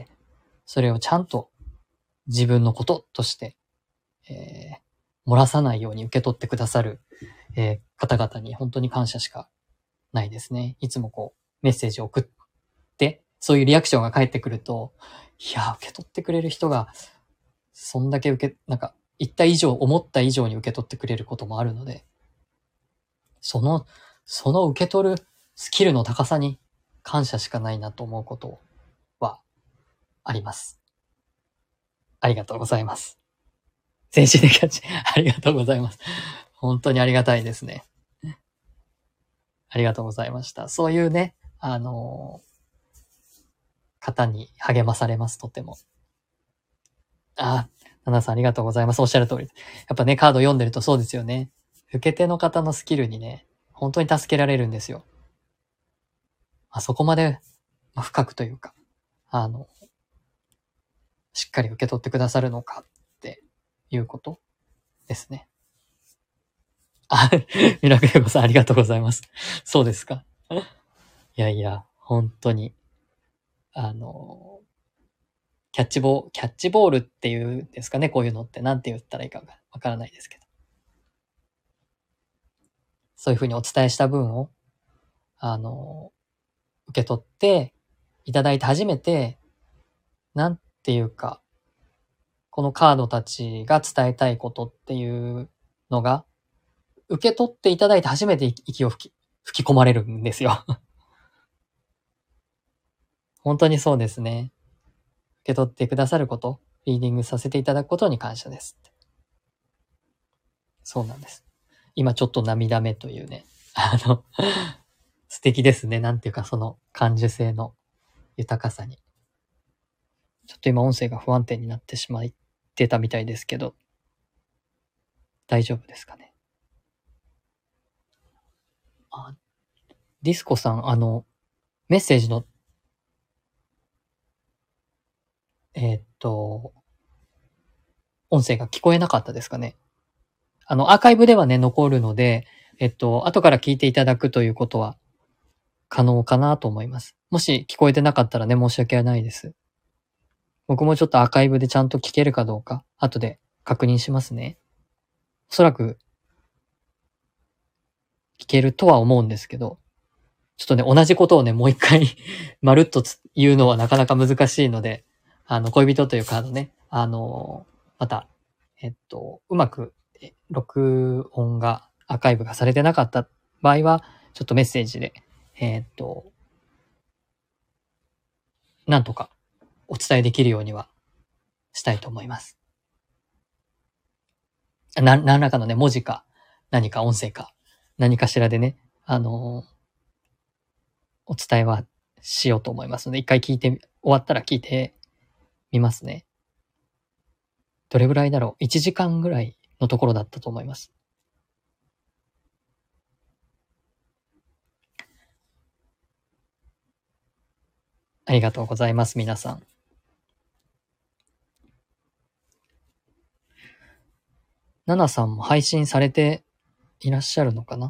[SPEAKER 1] それをちゃんと自分のこととして、えー、漏らさないように受け取ってくださる、えー、方々に本当に感謝しかないですね。いつもこう、メッセージを送って、そういうリアクションが返ってくると、いや、受け取ってくれる人が、そんだけ受け、なんか、言った以上、思った以上に受け取ってくれることもあるので、その、その受け取るスキルの高さに感謝しかないなと思うことはあります。ありがとうございます。全身でキャッチ。ありがとうございます。本当にありがたいですね。ありがとうございました。そういうね、あのー方に励まされます、とても。あ、ナナさんありがとうございます。おっしゃる通り。やっぱね、カード読んでるとそうですよね。受け手の方のスキルにね、本当に助けられるんですよ。あそこまで、まあ、深くというか、あの、しっかり受け取ってくださるのかっていうことですね。あ、ミラクルコさんありがとうございます。そうですか。いやいや、本当に、あの、キャッチボール、キャッチボールっていうんですかね、こういうのってなんて言ったらいいかわからないですけど。そういうふうにお伝えした分を、あの、受け取っていただいて初めて、なんていうか、このカードたちが伝えたいことっていうのが、受け取っていただいて初めて息を吹き、吹き込まれるんですよ。本当にそうですね。受け取ってくださること、リーディングさせていただくことに感謝です。そうなんです。今ちょっと涙目というね、あの、素敵ですね。なんていうかその感受性の豊かさに。ちょっと今音声が不安定になってしまってたみたいですけど、大丈夫ですかね。あ、ディスコさん、あの、メッセージの、えーっと、音声が聞こえなかったですかね。あの、アーカイブではね、残るので、えっと、後から聞いていただくということは可能かなと思います。もし聞こえてなかったらね、申し訳ないです。僕もちょっとアーカイブでちゃんと聞けるかどうか、後で確認しますね。おそらく聞けるとは思うんですけど、ちょっとね、同じことをね、もう一回まるっと言うのはなかなか難しいので、あの、恋人というカードね、あの、また、えっと、うまく、録音が、アーカイブがされてなかった場合は、ちょっとメッセージで、えっと、なんとかお伝えできるようにはしたいと思います。な、何らかのね、文字か、何か音声か、何かしらでね、あのお伝えはしようと思いますので、一回聞いて、終わったら聞いてみますね。どれぐらいだろう ?いち 時間ぐらいのところだったと思います。ありがとうございます、皆さん。ナナさんも配信されていらっしゃるのかな？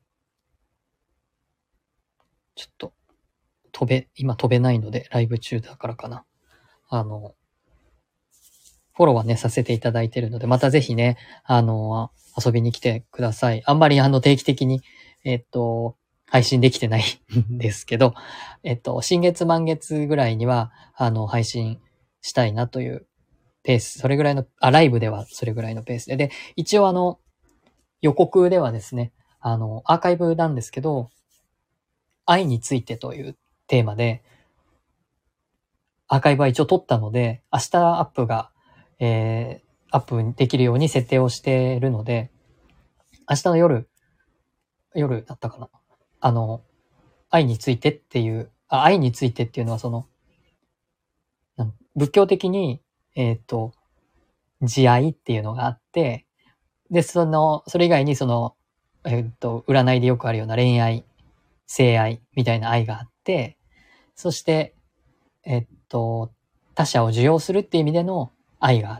[SPEAKER 1] ちょっと、飛べ、今飛べないので、ライブ中だからかな。あの、 フォローはね、させていただいているので、またぜひね、あの、遊びに来てください。あんまりあの、定期的に、えっと、配信できてないんですけど、えっと、新月満月ぐらいには、あの、配信したいなというペース、それぐらいの、あ、ライブではそれぐらいのペースで。で、一応あの、予告ではですね、あの、アーカイブなんですけど、愛についてというテーマで、アーカイブは一応撮ったので、明日アップが、えー、アップできるように設定をしているので、明日の夜、夜だったかな。あの、愛についてっていう、あ、愛についてっていうのはその、なん仏教的に、えっと、慈愛っていうのがあって、で、その、それ以外にその、えっと、占いでよくあるような恋愛、性愛みたいな愛があって、そして、えっと、他者を受容するっていう意味での愛があって、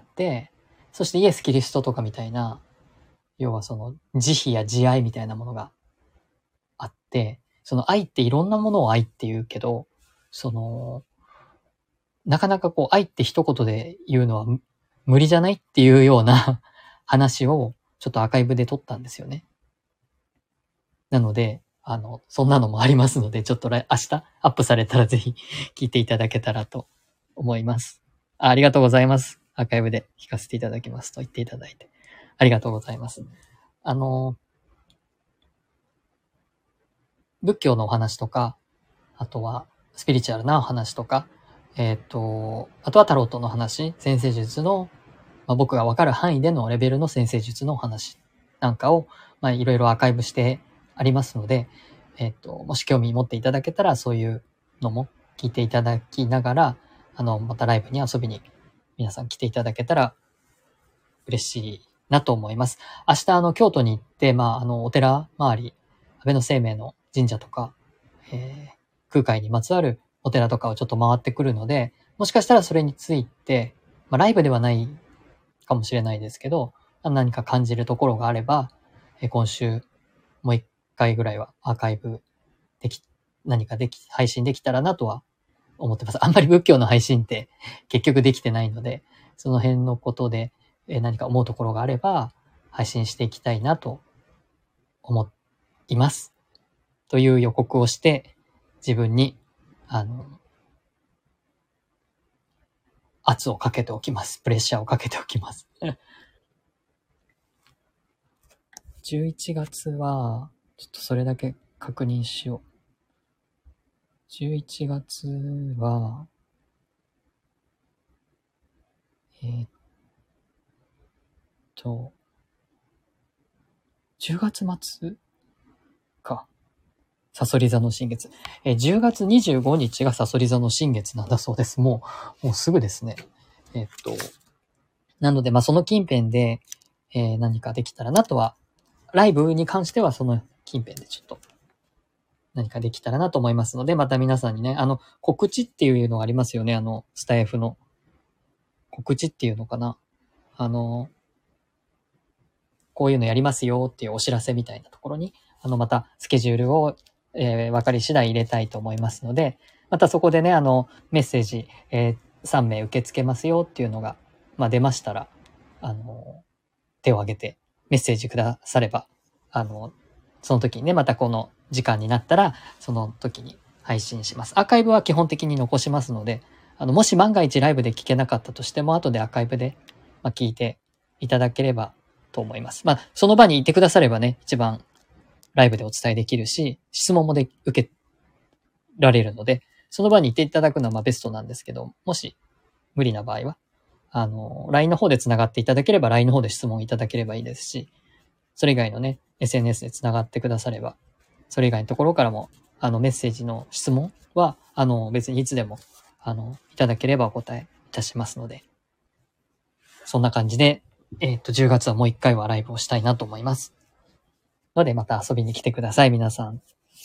[SPEAKER 1] そしてイエス・キリストとかみたいな、要はその慈悲や慈愛みたいなものがあって、その愛っていろんなものを愛って言うけど、その、なかなかこう愛って一言で言うのは無理じゃないっていうような話をちょっとアーカイブで撮ったんですよね。なので、あの、そんなのもありますので、ちょっと来明日アップされたらぜひ聞いていただけたらと思います。あ、ありがとうございます。アーカイブで聞かせていただきますと言っていただいて。ありがとうございます。あの、仏教のお話とか、あとはスピリチュアルなお話とか、えっと、あとはタロットの話、占星術の、まあ、僕がわかる範囲でのレベルの占星術のお話なんかを、まあ、いろいろアーカイブしてありますので、えっと、もし興味持っていただけたら、そういうのも聞いていただきながら、あの、またライブに遊びに皆さん来ていただけたら嬉しいなと思います。明日、あの、京都に行って、まあ、あの、お寺周り、安倍の生命の神社とか、えー空海にまつわるお寺とかをちょっと回ってくるので、もしかしたらそれについて、まあ、ライブではないかもしれないですけど、何か感じるところがあれば、え今週もう一回ぐらいはアーカイブでき、何かでき、配信できたらなとは思ってます。あんまり仏教の配信って結局できてないので、その辺のことでえ何か思うところがあれば、配信していきたいなと思います。という予告をして、自分に、あの、圧をかけておきます。プレッシャーをかけておきます。じゅういちがつは、ちょっとそれだけ確認しよう。じゅういちがつは、えー、っと、じゅうがつ末か。サソリ座の新月。えー、じゅうがつにじゅうごにちがサソリ座の新月なんだそうです。もう、もうすぐですね。えー、っと、なので、まあ、その近辺で、えー、何かできたらなとは、ライブに関してはその近辺でちょっと何かできたらなと思いますので、また皆さんにね、あの、告知っていうのがありますよね。あの、スタイフの。告知っていうのかな。あの、こういうのやりますよっていうお知らせみたいなところに、あの、またスケジュールを、えー、分かり次第入れたいと思いますので、またそこでね、あの、メッセージ、えー、さんめい受け付けますよっていうのが、まあ、出ましたら、あの、手を挙げてメッセージくだされば、あの、その時にね、またこの時間になったら、その時に配信します。アーカイブは基本的に残しますので、あの、もし万が一ライブで聞けなかったとしても、後でアーカイブで、まあ、聞いていただければと思います。まあ、その場にいてくださればね、一番ライブでお伝えできるし、質問もで受けられるので、その場にいていただくのはまあベストなんですけど、もし無理な場合は、あの、ライン の方で繋がっていただければ ライン の方で質問いただければいいですし、それ以外のね、エスエヌエス で繋がってくだされば、それ以外のところからも、あの、メッセージの質問は、あの、別にいつでも、あの、いただければお答えいたしますので、そんな感じで、えっと、じゅうがつはもう一回はライブをしたいなと思います。ので、また遊びに来てください、皆さん。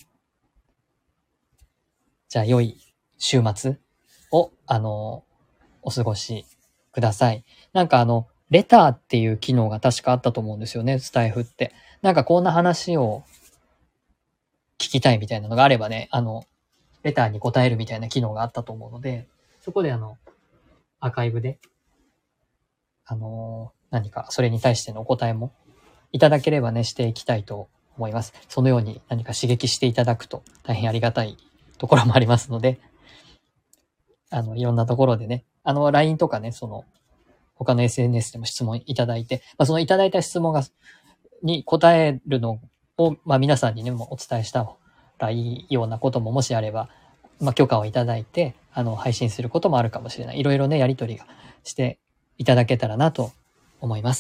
[SPEAKER 1] じゃあ、良い週末を、あの、お過ごしください。なんかあの、レターっていう機能が確かあったと思うんですよね、スタイフって。なんかこんな話を聞きたいみたいなのがあればね、あの、レターに答えるみたいな機能があったと思うので、そこであの、アーカイブであのー、何かそれに対してのお答えもいただければね、していきたいと思います。そのように何か刺激していただくと大変ありがたいところもありますので、あの、いろんなところでね、あの、ライン とかね、その、他の エスエヌエス でも質問いただいて、まあ、そのいただいた質問が、に答えるのを、まあ、皆さんにね、もうお伝えしたらいいようなことももしあれば、まあ、許可をいただいて、あの、配信することもあるかもしれない。いろいろね、やりとりがしていただけたらなと思います。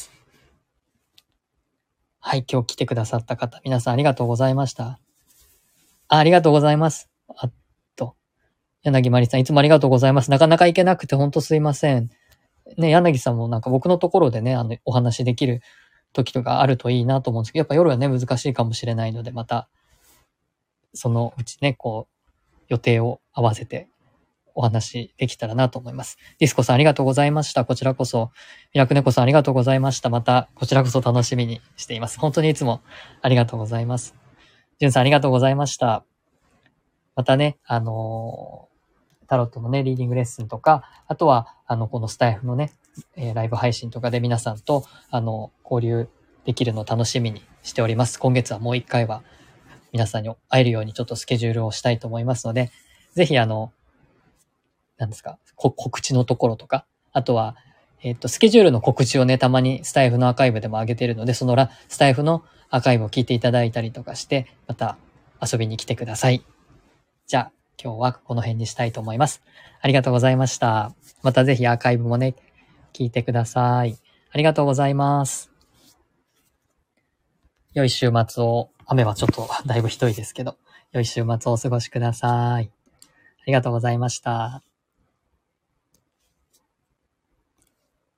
[SPEAKER 1] はい、今日来てくださった方、皆さんありがとうございました。あ、ありがとうございます。あと、柳まりさん、いつもありがとうございます。なかなか行けなくてほんとすいません。ね、柳さんもなんか僕のところでね、あの、お話できる時とかあるといいなと思うんですけど、やっぱ夜はね、難しいかもしれないので、また、そのうちね、こう、予定を合わせてお話できたらなと思います。ディスコさんありがとうございました。こちらこそ。ミラクネコさんありがとうございました。また、こちらこそ楽しみにしています。本当にいつもありがとうございます。ジュンさんありがとうございました。またね、あのー、タロットのね、リーディングレッスンとか、あとは、あの、このスタイフのね、えーライブ配信とかで皆さんと、あの、交流できるのを楽しみにしております。今月はもう一回は皆さんに会えるようにちょっとスケジュールをしたいと思いますので、ぜひあの、何ですか、こ告知のところとか、あとは、えっと、スケジュールの告知をね、たまにスタイフのアーカイブでも上げてるので、そのら、スタイフのアーカイブを聞いていただいたりとかして、また遊びに来てください。じゃあ、今日はこの辺にしたいと思います。ありがとうございました。またぜひアーカイブもね、聞いてください。ありがとうございます。良い週末を、雨はちょっとだいぶひどいですけど、良い週末をお過ごしください。ありがとうございました。